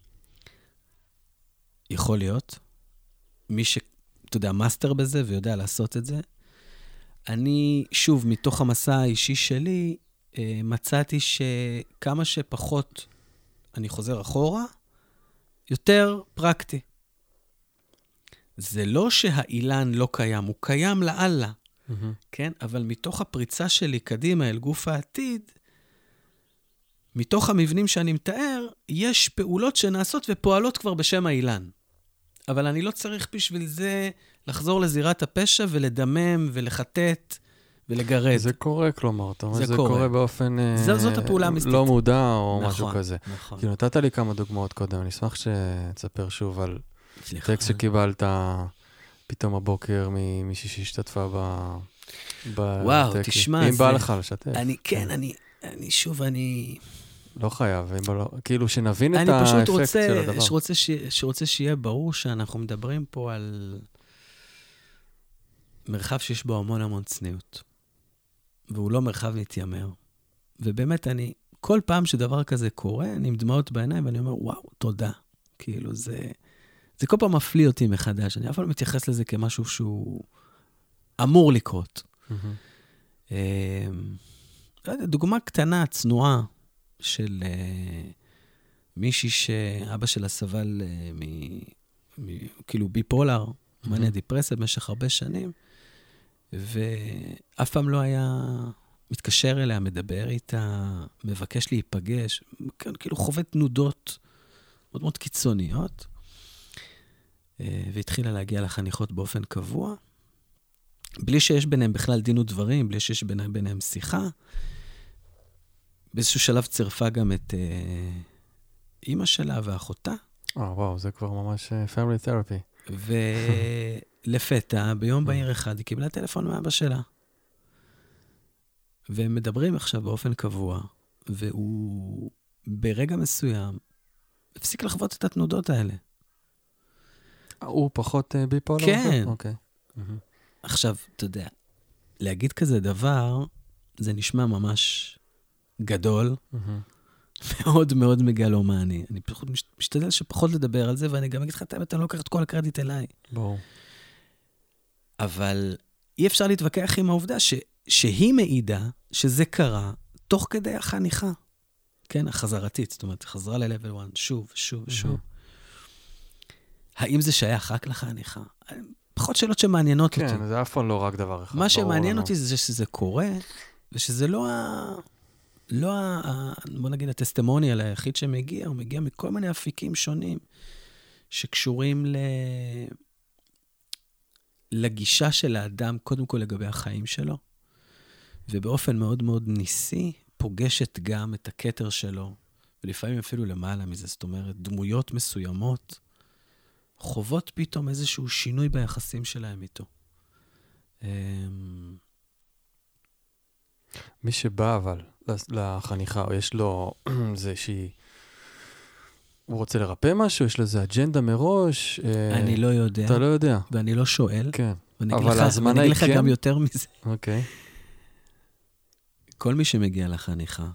יכול להיות. מי ש, אתה יודע, מאסטר בזה ויודע לעשות את זה. אני, שוב, מתוך המסע האישי שלי, מצאתי שכמה שפחות אני חוזר אחורה, יותר פרקטי. זה לא שהאילן לא קיים, הוא קיים לאללה, mm-hmm. כן? אבל מתוך הפריצה שלי קדימה אל גוף העתיד, מתוך המבנים שאני מתאר, יש פעולות שנעשות ופועלות כבר בשם האילן. אבל אני לא צריך בשביל זה לחזור לזירת הפשע ולדמם ולחטט ולגרד. זה קורה, כלומר, אתה אומר, זה זה קורה. קורה באופן ז- זאת הפעולה המסתית. לא מודע או נכון, משהו כזה. נכון. כאילו, נתת לי כמה דוגמאות קודם, אני אשמח שתספר שוב על סליחה. טקסט שקיבלת פתאום הבוקר ממישהי שהשתתפה ב... וואו, בטקס. תשמע, אם זה... בא לך לשתף. אני, כן, אני, אני שוב, אני... לא חייב, אם בא לא... כאילו, שנבין את אני פשוט האפקט רוצה, של הדבר. שרוצה, ש... שרוצה שיהיה ברור שאנחנו מדברים פה על מרחב שיש בו המון המון צניעות. והוא לא מרחב מתיימר. ובאמת, אני, כל פעם שדבר כזה קורה, אני עם דמעות בעיניים, ואני אומר, וואו, תודה. כאילו, זה... זה כל פעם מפליא אותי מחדש. אני אף פעם מתייחס לזה כמשהו שהוא אמור לקרות. Mm-hmm. דוגמה קטנה, צנועה, של מישהי שאבא שלה סבל כאילו ביפולר, מניה דיפרסיה במשך הרבה שנים, ואף פעם לא היה מתקשר אליה, מדבר איתה, מבקש להיפגש, כאילו חווה תנודות מאוד מאוד קיצוניות, והתחילה להגיע לחניכות באופן קבוע, בלי שיש ביניהם בכלל דין ודברים, בלי שיש ביניהם, ביניהם שיחה. באיזשהו שלב צירפה גם את אה, אימא שלה ואחותה. אה, וואו, זה כבר ממש family therapy. ולפתע, ביום בהיר אחד, היא קיבלה טלפון מאבא שלה. והם מדברים עכשיו באופן קבוע, והוא ברגע מסוים הפסיק לחוות את התנודות האלה. הוא פחות ביפולר? כן. אוקיי. עכשיו, אתה יודע, להגיד כזה דבר, זה נשמע ממש גדול, מאוד מאוד מגלומני. אני פחות משתדל שפחות לדבר על זה, ואני גם אגיד לך, אתה אני לא לוקח את כל הקרדיט אליי. ברור. אבל אי אפשר להתווכח עם העובדה ש, שהיא מעידה שזה קרה תוך כדי החניכה. כן, החזרתית, זאת אומרת, חזרה ל-level one, שוב, שוב, שוב. האם זה שייך רק לחניכה? פחות שאלות שמעניינות אותי. כן, זה אף פעם לא רק דבר אחד. מה שמעניין אותי זה שזה קורה, ושזה לא ה... לא ה... בוא נגיד, הטסטימוניאל היחיד שמגיע, הוא מגיע מכל מיני אפיקים שונים, שקשורים ל... לגישה של האדם, קודם כל לגבי החיים שלו, ובאופן מאוד מאוד ניסי, פוגשת גם את הכתר שלו, ולפעמים אפילו למעלה מזה, זאת אומרת, דמויות מסוימות, חוות פתאום איזשהו שינוי ביחסים שלהם איתו. מי שבא אבל לחניכה, או יש לו זה שהיא... הוא רוצה לרפא משהו? יש לו איזה אג'נדה מראש? אני לא יודע. אתה לא יודע. ואני לא שואל. כן. אבל הזמנה היא כן. ואני אגיד לך גם יותר מזה. אוקיי. כל מי שמגיע לחניכה,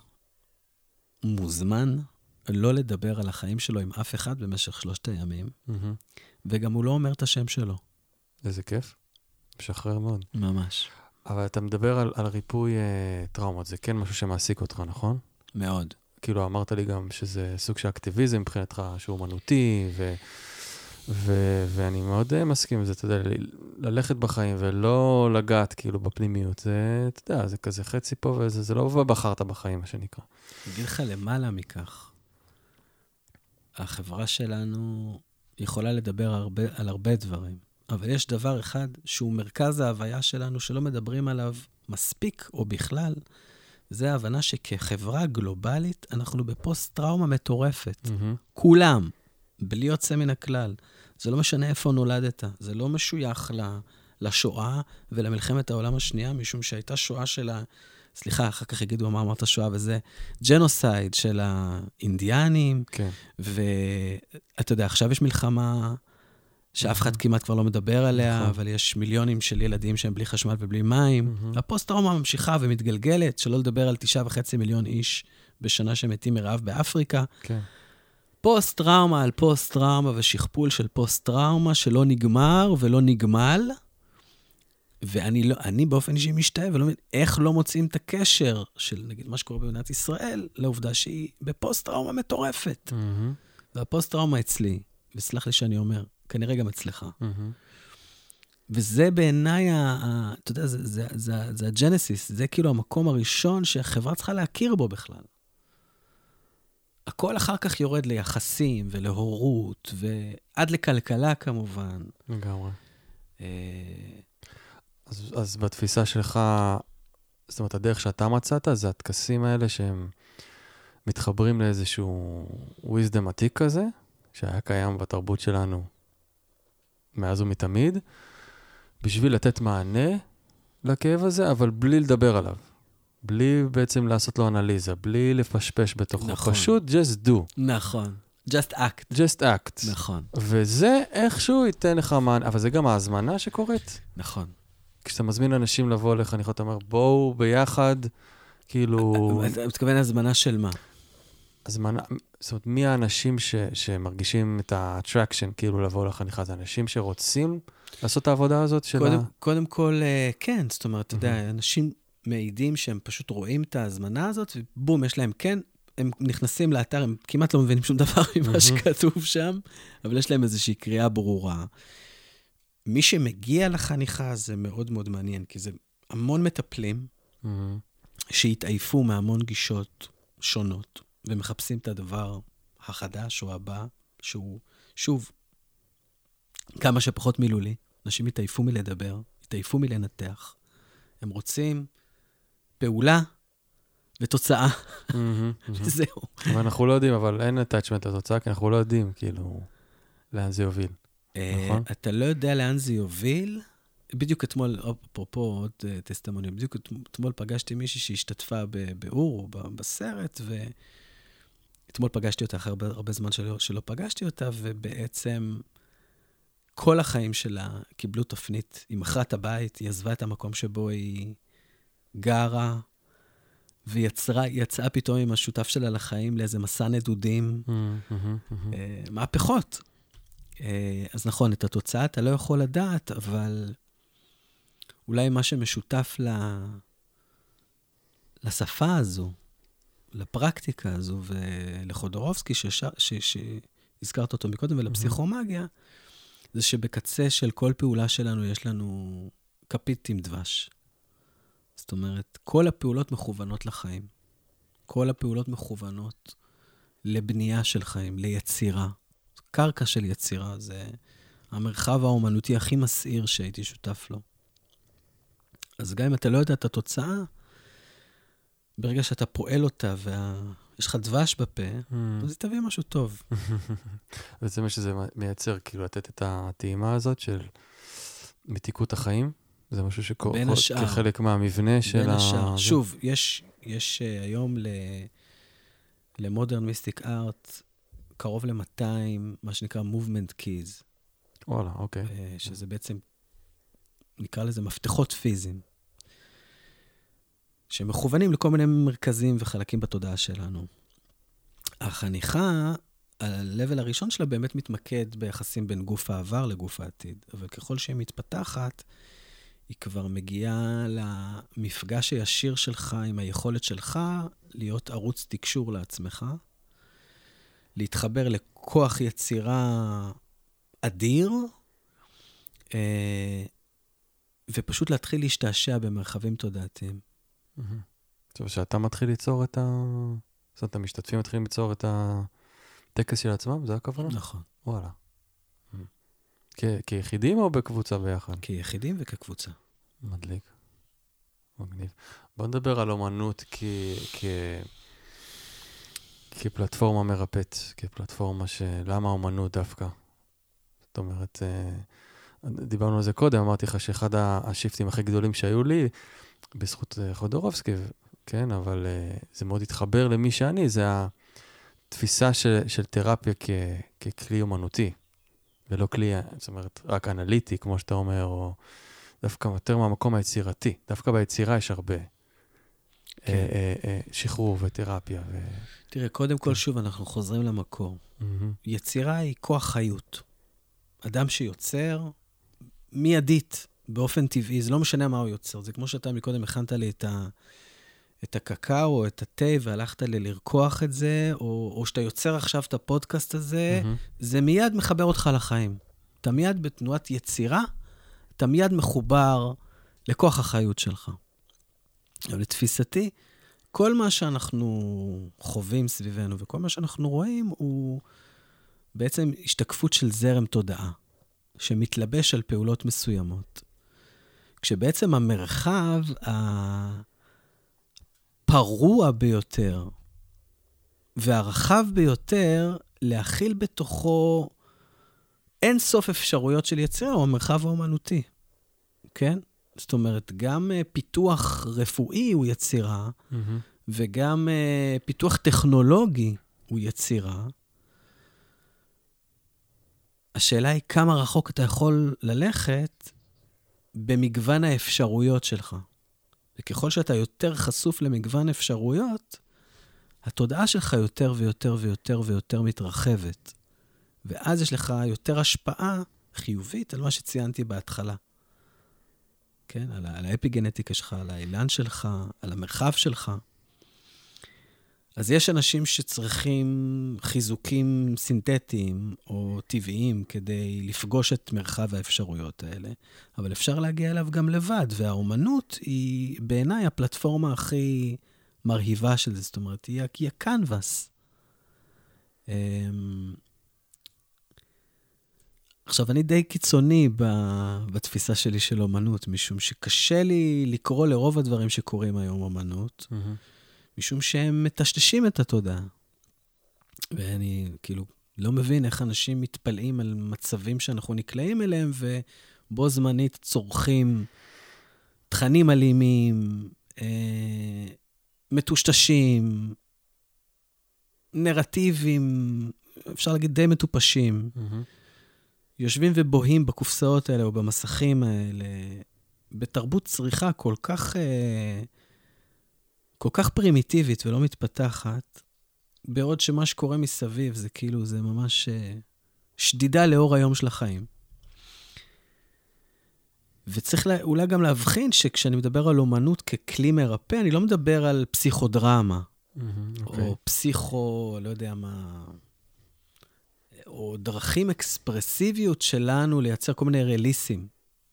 מוזמן לא לדבר על החיים שלו עם אף אחד במשך שלושת הימים, וגם הוא לא אומר את השם שלו. איזה כיף. משחרר מאוד. ממש. אבל אתה מדבר על, על ריפוי אה, טראומות, זה כן משהו שמעסיק אותך, נכון? מאוד. כאילו אמרת לי גם שזה סוג של אקטיביזם מבחינתך, שהוא אומנותי, ו, ו, ואני מאוד uh, מסכים עם זה, אתה יודע, ללכת בחיים ולא לגעת כאילו בפנימיות, זה, אתה יודע, זה כזה חצי פה, וזה זה לא בחרת בחיים, מה שנקרא. אני אגיד לך למעלה מכך, החברה שלנו יכולה לדבר הרבה, על הרבה דברים, אבל יש דבר אחד שהוא מרכז ההוויה שלנו, שלא מדברים עליו מספיק או בכלל, זה ההבנה שכחברה גלובלית, אנחנו בפוסט-טראומה מטורפת. Mm-hmm. כולם, בלי יוצא מן הכלל. זה לא משנה איפה נולדת. זה לא משוייך לשואה ולמלחמת העולם השנייה, משום שהייתה שואה של ה... סליחה, אחר כך יגידו מה אמרת שואה, וזה ג'נוסייד של האינדיאנים. כן. ואתה יודע, עכשיו יש מלחמה שאף אחד כמעט כבר לא מדבר עליה, אבל יש מיליונים של ילדים שהם בלי חשמל ובלי מים. הפוסט-טראומה ממשיכה ומתגלגלת, שלא לדבר על תשעה וחצי מיליון איש בשנה שמתים מרעב באפריקה. פוסט-טראומה על פוסט-טראומה ושכפול של פוסט-טראומה שלא נגמר ולא נגמל, ואני לא, אני באופן אישי משתהה ולא מבין איך לא מוצאים את הקשר של, נגיד, מה שקורה במדינת ישראל, לעובדה שהיא בפוסט-טראומה מטורפת. והפוסט-טראומה אצלי, וסלח לי שאני אומר, כנראה גם אצלך. וזה בעיניי, אתה יודע, זה הג'נסיס, זה כאילו המקום הראשון שהחברה צריכה להכיר בו בכלל. הכל אחר כך יורד ליחסים ולהורות, ועד לכלכלה כמובן. לגמרי. אז, אז בתפיסה שלך, זאת אומרת, הדרך שאתה מצאת, זה הטקסים האלה שהם מתחברים לאיזשהו wisdom עתיק כזה, שהיה קיים בתרבות שלנו מאז ומתמיד, בשביל לתת מענה לכאב הזה, אבל בלי לדבר עליו. בלי בעצם לעשות לו אנליזה, בלי לפשפש בתוכו. נכון. פשוט just do. נכון. just act. just act. נכון. וזה איכשהו ייתן לך מענה, אבל זה גם ההזמנה שקורית. נכון. כשאתה מזמין אנשים לבוא אליך, אני יכול לומר, בואו ביחד, כאילו... אתה מתכוון הזמנה של מה? הזמנה, זאת אומרת, מי האנשים ש, שמרגישים את ה-attraction, כאילו לבוא לחניכה? זה אנשים שרוצים לעשות את העבודה הזאת של קודם, ה... קודם כל, כן, זאת אומרת, אתה יודע, אנשים מעידים שהם פשוט רואים את ההזמנה הזאת, ובום, יש להם כן, הם נכנסים לאתר, הם כמעט לא מבינים שום דבר ממה שכתוב שם, אבל יש להם איזושהי קריאה ברורה. מי שמגיע לחניכה זה מאוד מאוד מעניין, כי זה המון מטפלים שהתעייפו מהמון גישות שונות, ומחפשים את הדבר החדש או הבא, שהוא, שוב, כמה שפחות מילולי. אנשים התעייפו מלדבר, התעייפו מלנתח. הם רוצים פעולה ותוצאה. זהו. אבל אנחנו לא יודעים, אבל אין attachment לתוצאה, כי אנחנו לא יודעים, כאילו, לאן זה יוביל. נכון? אתה לא יודע לאן זה יוביל. בדיוק אתמול, אפרופו עוד טסטימוניה, בדיוק אתמול פגשתי מישהי שהשתתפה באור, או בסרט, ואתמול פגשתי אותה אחרי הרבה, הרבה זמן שלא, שלא פגשתי אותה, ובעצם כל החיים שלה קיבלו תפנית. היא מכרה את הבית, היא עזבה את המקום שבו היא גרה, ויצרה, יצאה פתאום עם השותף שלה לחיים לאיזה מסע נדודים, מהפכות. אז נכון, את התוצאה אתה לא יכול לדעת, אבל אולי מה שמשותף לשפה הזו, לפרקטיקה הזו, ולחודורובסקי, שהזכרת אותו מקודם, ולפסיכומגיה, זה שבקצה של כל פעולה שלנו יש לנו כפית עם דבש. זאת אומרת, כל הפעולות מכוונות לחיים. כל הפעולות מכוונות לבנייה של חיים, ליצירה. קרקע של יצירה, זה המרחב האומנותי הכי מסעיר שהייתי שותף לו. אז גם אם אתה לא יודע את התוצאה, ברגע שאתה פועל אותה ויש לך דבש בפה, אז זה תביא משהו טוב. וזה מה שזה מייצר, כאילו לתת את הטעימה הזאת של מתיקות החיים, זה משהו שקורה כחלק מהמבנה של ה... בין השאר. שוב, יש, יש היום למודרן מיסטיק ארט, קרוב ל-מאתיים, מה שנקרא movement keys. וואלה, אוקיי. שזה בעצם, נקרא לזה מפתחות פיזיים, שמכוונים לכל מיני מרכזים וחלקים בתודעה שלנו. החניכה, הלבל הראשון שלה באמת מתמקד ביחסים בין גוף העבר לגוף העתיד, אבל ככל שהיא מתפתחת, היא כבר מגיעה למפגש הישיר שלך עם היכולת שלך להיות ערוץ תקשור לעצמך, להתחבר לכוח יצירה אדיר, ופשוט להתחיל להשתעשע במרחבים תודעתיים. עכשיו, שאתה מתחיל ליצור את ה... זאת אומרת, המשתתפים מתחילים ליצור את הטקס של עצמם, זה הכוונה? נכון. וואלה. כיחידים או בקבוצה ביחד? כיחידים וכקבוצה. מדליק. מגניב. בוא נדבר על אומנות כ... כפלטפורמה מרפאת, כפלטפורמה ש... למה האומנות דווקא? זאת אומרת, דיברנו על זה קודם, אמרתי לך שאחד השיפטים הכי גדולים שהיו לי, בזכות חודורובסקי, כן, אבל זה מאוד התחבר למי שאני, זה התפיסה של, של תרפיה כ... ככלי אומנותי, ולא כלי, זאת אומרת, רק אנליטי, כמו שאתה אומר, או דווקא יותר מהמקום היצירתי. דווקא ביצירה יש הרבה. כן. אה, אה, אה, שחרור ותרפיה. ו... תראה, קודם כל, שוב, אנחנו חוזרים למקור. Mm-hmm. יצירה היא כוח חיות. אדם שיוצר, מיידית, באופן טבעי, זה לא משנה מה הוא יוצר. זה כמו שאתה מקודם הכנת לי את, ה... את הקקאו או את התה, והלכת לי לרקוח את זה, או, או שאתה יוצר עכשיו את הפודקאסט הזה, mm-hmm. זה מיד מחבר אותך לחיים. אתה מיד בתנועת יצירה, אתה מיד מחובר לכוח החיות שלך. אבל לתפיסתי, כל מה שאנחנו חווים סביבנו, וכל מה שאנחנו רואים, הוא בעצם השתקפות של זרם תודעה, שמתלבש על פעולות מסוימות. כשבעצם המרחב הפרוע ביותר, והרחב ביותר, להכיל בתוכו אין סוף אפשרויות של יצירה, הוא המרחב האומנותי. כן? זאת אומרת, גם פיתוח רפואי הוא יצירה, mm-hmm. וגם פיתוח טכנולוגי הוא יצירה. השאלה היא כמה רחוק אתה יכול ללכת במגוון האפשרויות שלך. וככל שאתה יותר חשוף למגוון אפשרויות, התודעה שלך יותר ויותר ויותר ויותר מתרחבת. ואז יש לך יותר השפעה חיובית על מה שציינתי בהתחלה. כן? על, על האפיגנטיקה שלך, על האילן שלך, על המרחב שלך. אז יש אנשים שצריכים חיזוקים סינתטיים או טבעיים כדי לפגוש את מרחב האפשרויות האלה, אבל אפשר להגיע אליו גם לבד, והאומנות היא בעיניי הפלטפורמה הכי מרהיבה של זה, זאת אומרת, היא, היא הקנבס. עכשיו, אני די קיצוני בתפיסה שלי של אומנות, משום שקשה לי לקרוא לרוב הדברים שקורים היום אומנות, mm-hmm. משום שהם מטשטשים את התודעה. ואני כאילו לא מבין איך אנשים מתפלאים על מצבים שאנחנו נקלעים אליהם, ובו זמנית צורכים תכנים אלימים, אה, מטושטשים, נרטיבים, אפשר להגיד די מטופשים. Mm-hmm. יושבים ובוהים בקופסאות האלה או במסכים האלה, בתרבות צריכה כל כך, כל כך פרימיטיבית ולא מתפתחת, בעוד שמה שקורה מסביב זה כאילו, זה ממש שדידה לאור היום של החיים. וצריך לה, אולי גם להבחין שכשאני מדבר על אומנות ככלי מרפא, אני לא מדבר על פסיכודרמה, mm-hmm, okay. או פסיכו, לא יודע מה... או דרכים אקספרסיביות שלנו לייצר כל מיני רליסים.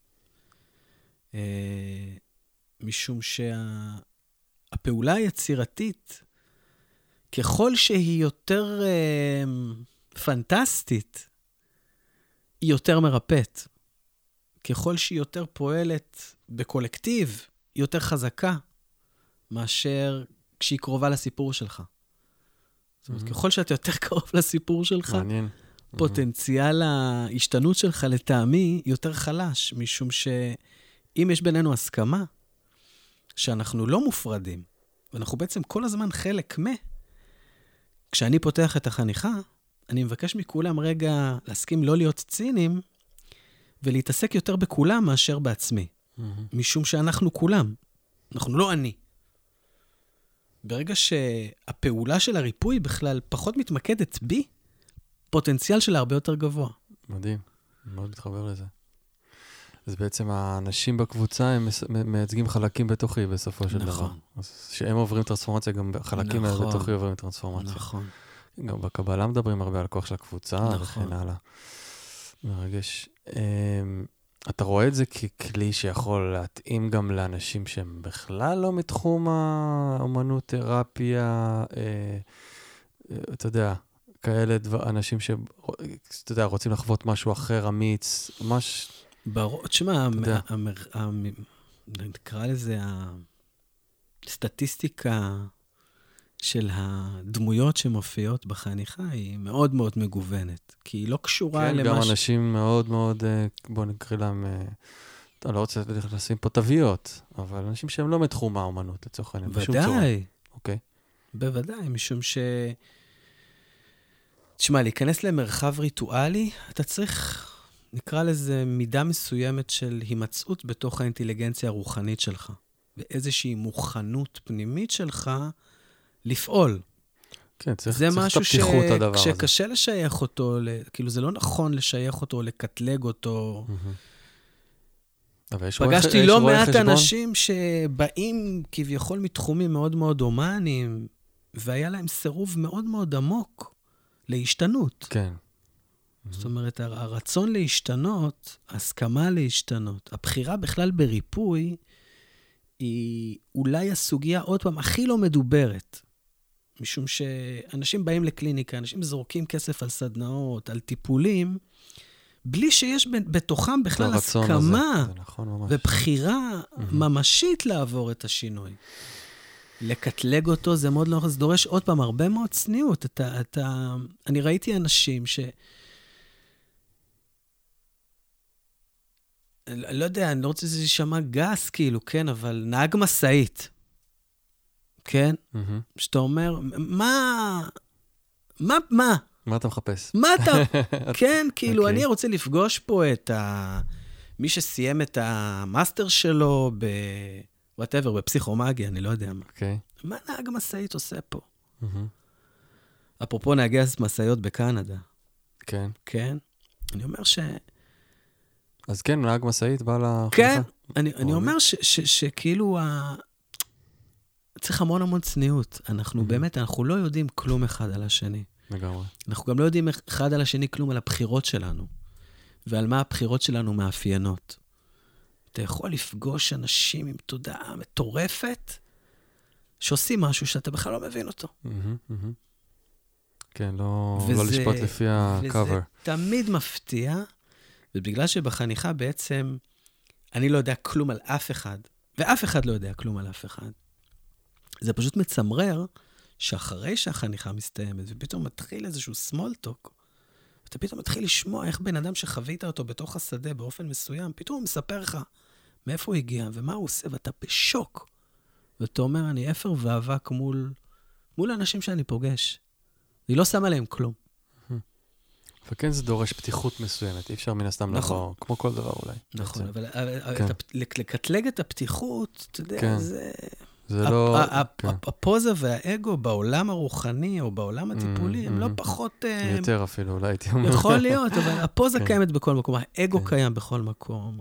אה, משום שהפעולה היצירתית, ככל שהיא יותר אה, פנטסטית, היא יותר מרפאת. ככל שהיא יותר פועלת בקולקטיב, היא יותר חזקה, מאשר כשהיא קרובה לסיפור שלך. זאת אומרת, ככל שאתה יותר קרוב לסיפור שלך, מעניין. פוטנציאל ההשתנות שלך לטעמי יותר חלש, משום שאם יש בינינו הסכמה, שאנחנו לא מופרדים, ואנחנו בעצם כל הזמן חלק מה, כשאני פותח את החניכה, אני מבקש מכולם רגע להסכים לא להיות צינים, ולהתעסק יותר בכולם מאשר בעצמי. Mm-hmm. משום שאנחנו כולם, אנחנו לא אני. ברגע שהפעולה של הריפוי בכלל פחות מתמקדת בי, פוטנציאל שלה הרבה יותר גבוה. מדהים, מאוד מתחבר לזה. אז בעצם האנשים בקבוצה הם מייצגים חלקים בתוכי בסופו של דבר. נכון. אז שהם עוברים טרנספורמציה, גם חלקים נכון. בתוכי עוברים טרנספורמציה. נכון. גם בקבלה מדברים הרבה על כוח של הקבוצה, נכון. וכן הלאה. מרגש. אתה רואה את זה ככלי שיכול להתאים גם לאנשים שהם בכלל לא מתחום האומנות, תרפיה, אתה יודע, כאלה דבר, אנשים שאתה יודע, רוצים לחוות משהו אחר, אמיץ, ממש... ברור, תשמע, נקרא לזה, הסטטיסטיקה של הדמויות שמופיעות בחניכה היא מאוד מאוד מגוונת, כי היא לא קשורה כן, למה... כן, גם אנשים מאוד מאוד, בוא נקרא להם, אתה לא רוצה לשים פה תוויות, אבל אנשים שהם לא מתחום האומנות, לצורך העניין, בשום צורה. ודאי. אוקיי. בוודאי, משום ש... תשמע, להיכנס למרחב ריטואלי, אתה צריך, נקרא לזה, מידה מסוימת של הימצאות בתוך האינטליגנציה הרוחנית שלך, ואיזושהי מוכנות פנימית שלך לפעול. כן, צריך, צריך את הפתיחות ש... הדבר הזה. שקשה לשייך אותו, כאילו זה לא נכון לשייך אותו, לקטלג אותו. Mm-hmm. פגשתי רואה, לא מעט חשבון? אנשים שבאים כביכול מתחומים מאוד מאוד הומניים, והיה להם סירוב מאוד מאוד עמוק להשתנות. כן. זאת אומרת, הרצון להשתנות, הסכמה להשתנות, הבחירה בכלל בריפוי, היא אולי הסוגיה, עוד פעם, הכי לא מדוברת. משום שאנשים באים לקליניקה, אנשים זורקים כסף על סדנאות, על טיפולים, בלי שיש בתוכם בכלל הסכמה נכון, ובחירה mm-hmm. ממשית לעבור את השינוי. לקטלג אותו זה מאוד לא, זה דורש עוד פעם הרבה מאוד צניעות. אתה, אתה, אני ראיתי אנשים ש... אני לא יודע, אני לא רוצה שזה יישמע גס כאילו, כן, אבל נהג מסעית. כן? Mm-hmm. שאתה אומר, מה... מה, מה? מה אתה מחפש? מה אתה... כן, כאילו, okay. אני רוצה לפגוש פה את ה... מי שסיים את המאסטר שלו ב... whatever, בפסיכומגיה, אני לא יודע מה. Okay. מה נהג מסעית עושה פה? Mm-hmm. אפרופו נהגי מסעיות בקנדה. כן. כן? אני אומר ש... אז כן, נהג מסעית בא לחנכה? כן, אני, אני אומר ש, ש, שכאילו ה... צריך המון המון צניעות. אנחנו mm-hmm. באמת, אנחנו לא יודעים כלום אחד על השני. לגמרי. אנחנו גם לא יודעים אחד על השני כלום על הבחירות שלנו, ועל מה הבחירות שלנו מאפיינות. אתה יכול לפגוש אנשים עם תודעה מטורפת, שעושים משהו שאתה בכלל לא מבין אותו. Mm-hmm, mm-hmm. כן, לא, וזה, לא לשפוט לפי ה-cover. וזה תמיד מפתיע, ובגלל שבחניכה בעצם, אני לא יודע כלום על אף אחד, ואף אחד לא יודע כלום על אף אחד. זה פשוט מצמרר, שאחרי שהחניכה מסתיימת, ופתאום מתחיל איזשהו small talk, ואתה פתאום מתחיל לשמוע איך בן אדם שחווית אותו בתוך השדה באופן מסוים, פתאום הוא מספר לך מאיפה הוא הגיע ומה הוא עושה, ואתה בשוק. ואתה אומר, אני אפר ואבק מול, מול אנשים שאני פוגש. אני לא שם עליהם כלום. וכן זה דורש פתיחות מסוימת, אי אפשר מן הסתם נכון. לבוא, כמו כל דבר אולי. נכון, אבל כן. לקטלג את הפתיחות, אתה יודע, כן. זה... זה לא... הפוזה והאגו בעולם הרוחני או בעולם הטיפולי, הם לא פחות... יותר אפילו, אולי הייתי אומר. יכול להיות, אבל הפוזה קיימת בכל מקום, האגו קיים בכל מקום.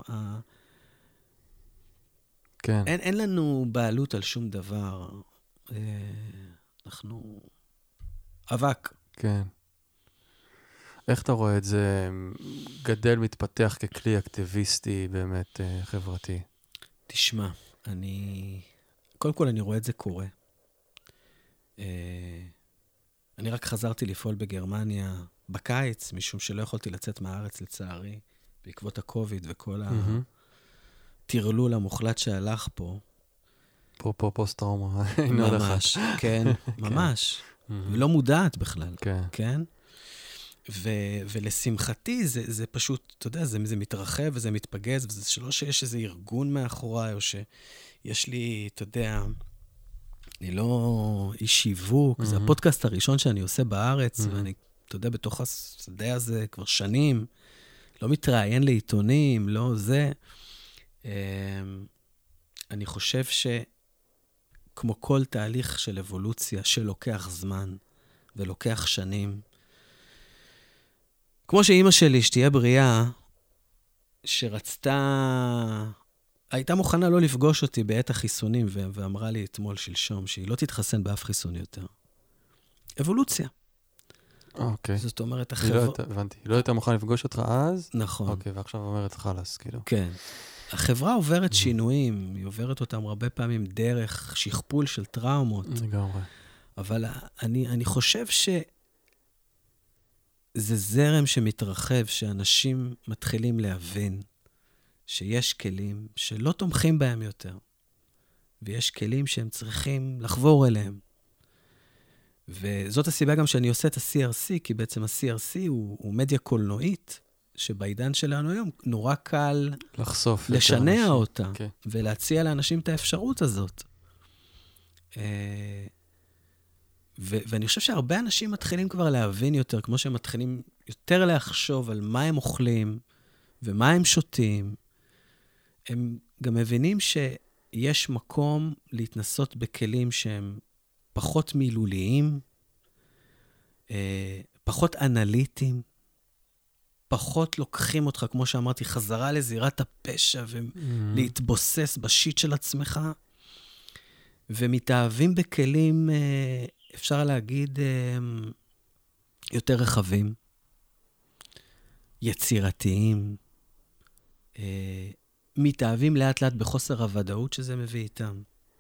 כן. אין לנו בעלות על שום דבר. אנחנו... אבק. כן. איך אתה רואה את זה גדל, מתפתח ככלי אקטיביסטי באמת חברתי? תשמע, אני... קודם כל אני רואה את זה קורה. אני רק חזרתי לפעול בגרמניה בקיץ, משום שלא יכולתי לצאת מהארץ לצערי, בעקבות הקוביד וכל הטרלול המוחלט שהלך פה. פה, פה, פוסט-טראומה. ממש, כן, ממש. ולא מודעת בכלל, כן? ולשמחתי זה פשוט, אתה יודע, זה מתרחב וזה מתפגז, וזה שלא שיש איזה ארגון מאחוריי, או ש... יש לי, אתה יודע, אני לא איש שיווק, mm-hmm. זה הפודקאסט הראשון שאני עושה בארץ, mm-hmm. ואני, אתה יודע, בתוך השדה הזה כבר שנים, לא מתראיין לעיתונים, לא זה. אני חושב שכמו כל תהליך של אבולוציה, שלוקח זמן ולוקח שנים, כמו שאימא שלי, שתהיה בריאה, שרצתה... הייתה מוכנה לא לפגוש אותי בעת החיסונים, ואמרה לי אתמול שלשום, שהיא לא תתחסן באף חיסון יותר. אבולוציה. אוקיי. זאת אומרת, החברה... הבנתי. היא לא הייתה מוכנה לפגוש אותך אז? נכון. אוקיי, ועכשיו אומרת חלס, כאילו. כן. החברה עוברת שינויים, היא עוברת אותם הרבה פעמים דרך שכפול של טראומות. לגמרי. אבל אני, אני חושב שזה זרם שמתרחב, שאנשים מתחילים להבין, שיש כלים שלא תומכים בהם יותר, ויש כלים שהם צריכים לחבור אליהם. וזאת הסיבה גם שאני עושה את ה-סי אר סי, כי בעצם ה-סי אר סי הוא, הוא מדיה קולנועית, שבעידן שלנו היום נורא קל לחשוף, לשנע אותה, okay. ולהציע לאנשים את האפשרות הזאת. ו- ואני חושב שהרבה אנשים מתחילים כבר להבין יותר, כמו שהם מתחילים יותר לחשוב על מה הם אוכלים, ומה הם שותים, הם גם מבינים שיש מקום להתנסות בכלים שהם פחות מילוליים, פחות אנליטיים, פחות לוקחים אותך, כמו שאמרתי, חזרה לזירת הפשע, ולהתבוסס בשיט של עצמך, ומתאהבים בכלים, אפשר להגיד, יותר רחבים, יצירתיים, מתאהבים לאט לאט בחוסר הוודאות שזה מביא איתם.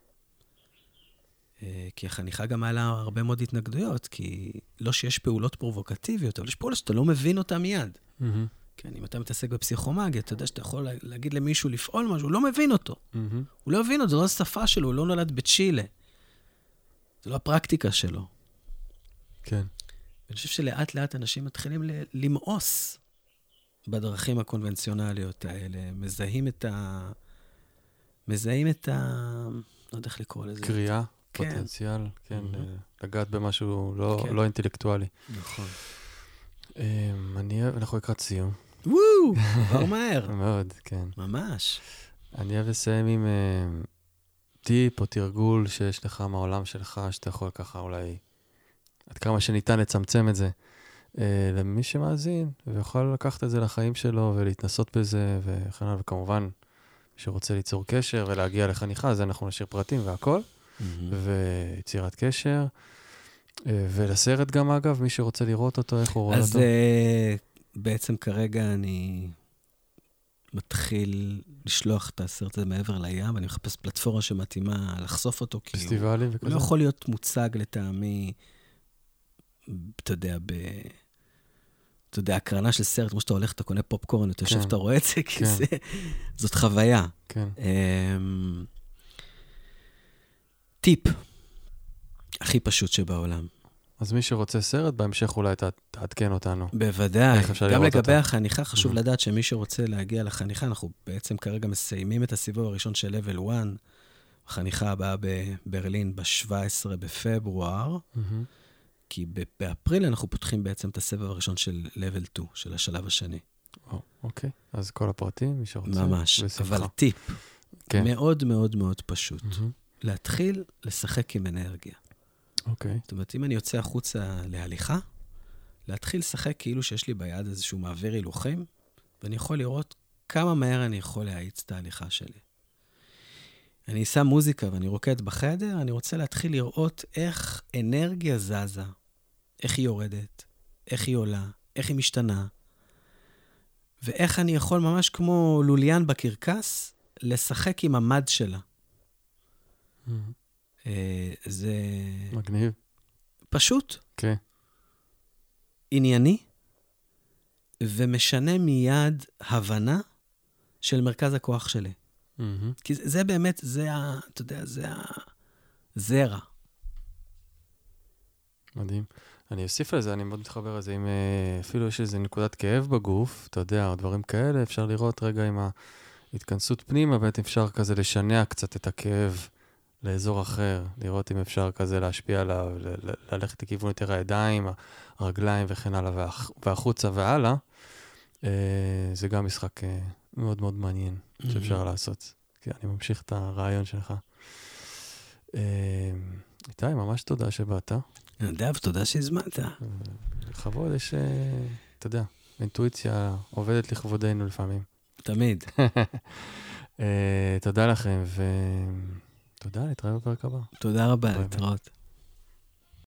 כי החניכה גם היה לה הרבה מאוד התנגדויות, כי לא שיש פעולות פרובוקטיביות, אבל יש פעולות שאתה לא מבין אותה מיד. Mm-hmm. כן, אם אתה מתעסק בפסיכומגיה, אתה יודע שאתה יכול להגיד למישהו לפעול משהו, הוא לא מבין אותו. Mm-hmm. הוא לא מבין אותו, זו לא השפה שלו, הוא לא נולד בצ'ילה. זו לא הפרקטיקה שלו. כן. ואני חושב שלאט לאט אנשים מתחילים למאוס בדרכים הקונבנציונליות האלה, מזהים את ה... מזהים את ה... לא יודע איך לקרוא לזה. קריאה, כן. פוטנציאל, כן, Mm-hmm. לגעת במשהו לא, כן. לא אינטלקטואלי. נכון. אני אוהב, אנחנו לקראת סיום. וואו, עבר מהר. מאוד, כן. ממש. אני אוהב לסיים עם uh, טיפ או תרגול שיש לך מהעולם שלך, שאתה יכול ככה אולי, עד כמה שניתן לצמצם את זה, uh, למי שמאזין, ויוכל לקחת את זה לחיים שלו ולהתנסות בזה, וכן הלאה, וכמובן, מי שרוצה ליצור קשר ולהגיע לחניכה, אז אנחנו נשאיר פרטים והכל, mm-hmm. ויצירת קשר. ולסרט גם, אגב, מי שרוצה לראות אותו, איך הוא רואה אז אותו? אז בעצם כרגע אני מתחיל לשלוח את הסרט הזה מעבר לים, ואני מחפש פלטפורמה שמתאימה לחשוף אותו, כי פסטיבלים הוא, וכזה? הוא לא יכול להיות מוצג לטעמי, אתה יודע, ב... אתה יודע, הקרנה של סרט, כמו שאתה הולך, אתה קונה פופקורן, אתה יושב, אתה רואה את זה, כי זה, זאת חוויה. כן. טיפ. הכי פשוט שבעולם. אז מי שרוצה סרט, בהמשך אולי תעדכן אותנו. בוודאי. גם לגבי אותה. החניכה, חשוב mm-hmm. לדעת שמי שרוצה להגיע לחניכה, אנחנו בעצם כרגע מסיימים את הסיבוב הראשון של level אחת, החניכה הבאה בברלין ב-שבעה עשר בפברואר, mm-hmm. כי באפריל אנחנו פותחים בעצם את הסבב הראשון של level שתיים, של השלב השני. או, אוקיי, אז כל הפרטים, מי שרוצה. ממש, בשמחה. אבל טיפ, כן. מאוד מאוד מאוד פשוט. Mm-hmm. להתחיל לשחק עם אנרגיה. אוקיי. זאת אומרת, אם אני יוצא החוצה להליכה, להתחיל לשחק כאילו שיש לי ביד איזשהו מעביר הילוכים, ואני יכול לראות כמה מהר אני יכול להאיץ את ההליכה שלי. אני שם מוזיקה ואני רוקד בחדר, אני רוצה להתחיל לראות איך אנרגיה זזה, איך היא יורדת, איך היא עולה, איך היא משתנה, ואיך אני יכול ממש כמו לוליין בקרקס, לשחק עם המד שלה. Mm-hmm. זה... מגניב. פשוט. כן. ענייני, ומשנה מיד הבנה של מרכז הכוח שלי. Mm-hmm. כי זה, זה באמת, זה ה... אתה יודע, זה הזרע. מדהים. אני אוסיף על זה, אני מאוד מתחבר על זה, אם אפילו יש איזו נקודת כאב בגוף, אתה יודע, או דברים כאלה, אפשר לראות רגע עם ההתכנסות פנימה, באמת אפשר כזה לשנע קצת את הכאב לאזור אחר, לראות אם אפשר כזה להשפיע עליו, ל- ללכת לכיוון יותר הידיים, הרגליים וכן הלאה, והחוצה והלאה. זה גם משחק מאוד מאוד מעניין שאפשר לעשות. כי אני ממשיך את הרעיון שלך. איתי, ממש תודה שבאת. נדב, תודה שהזמנת. בכבוד, יש, אתה יודע, אינטואיציה עובדת לכבודנו לפעמים. תמיד. תודה לכם, ותודה, נתראה בפרק הבא. תודה רבה, להתראות.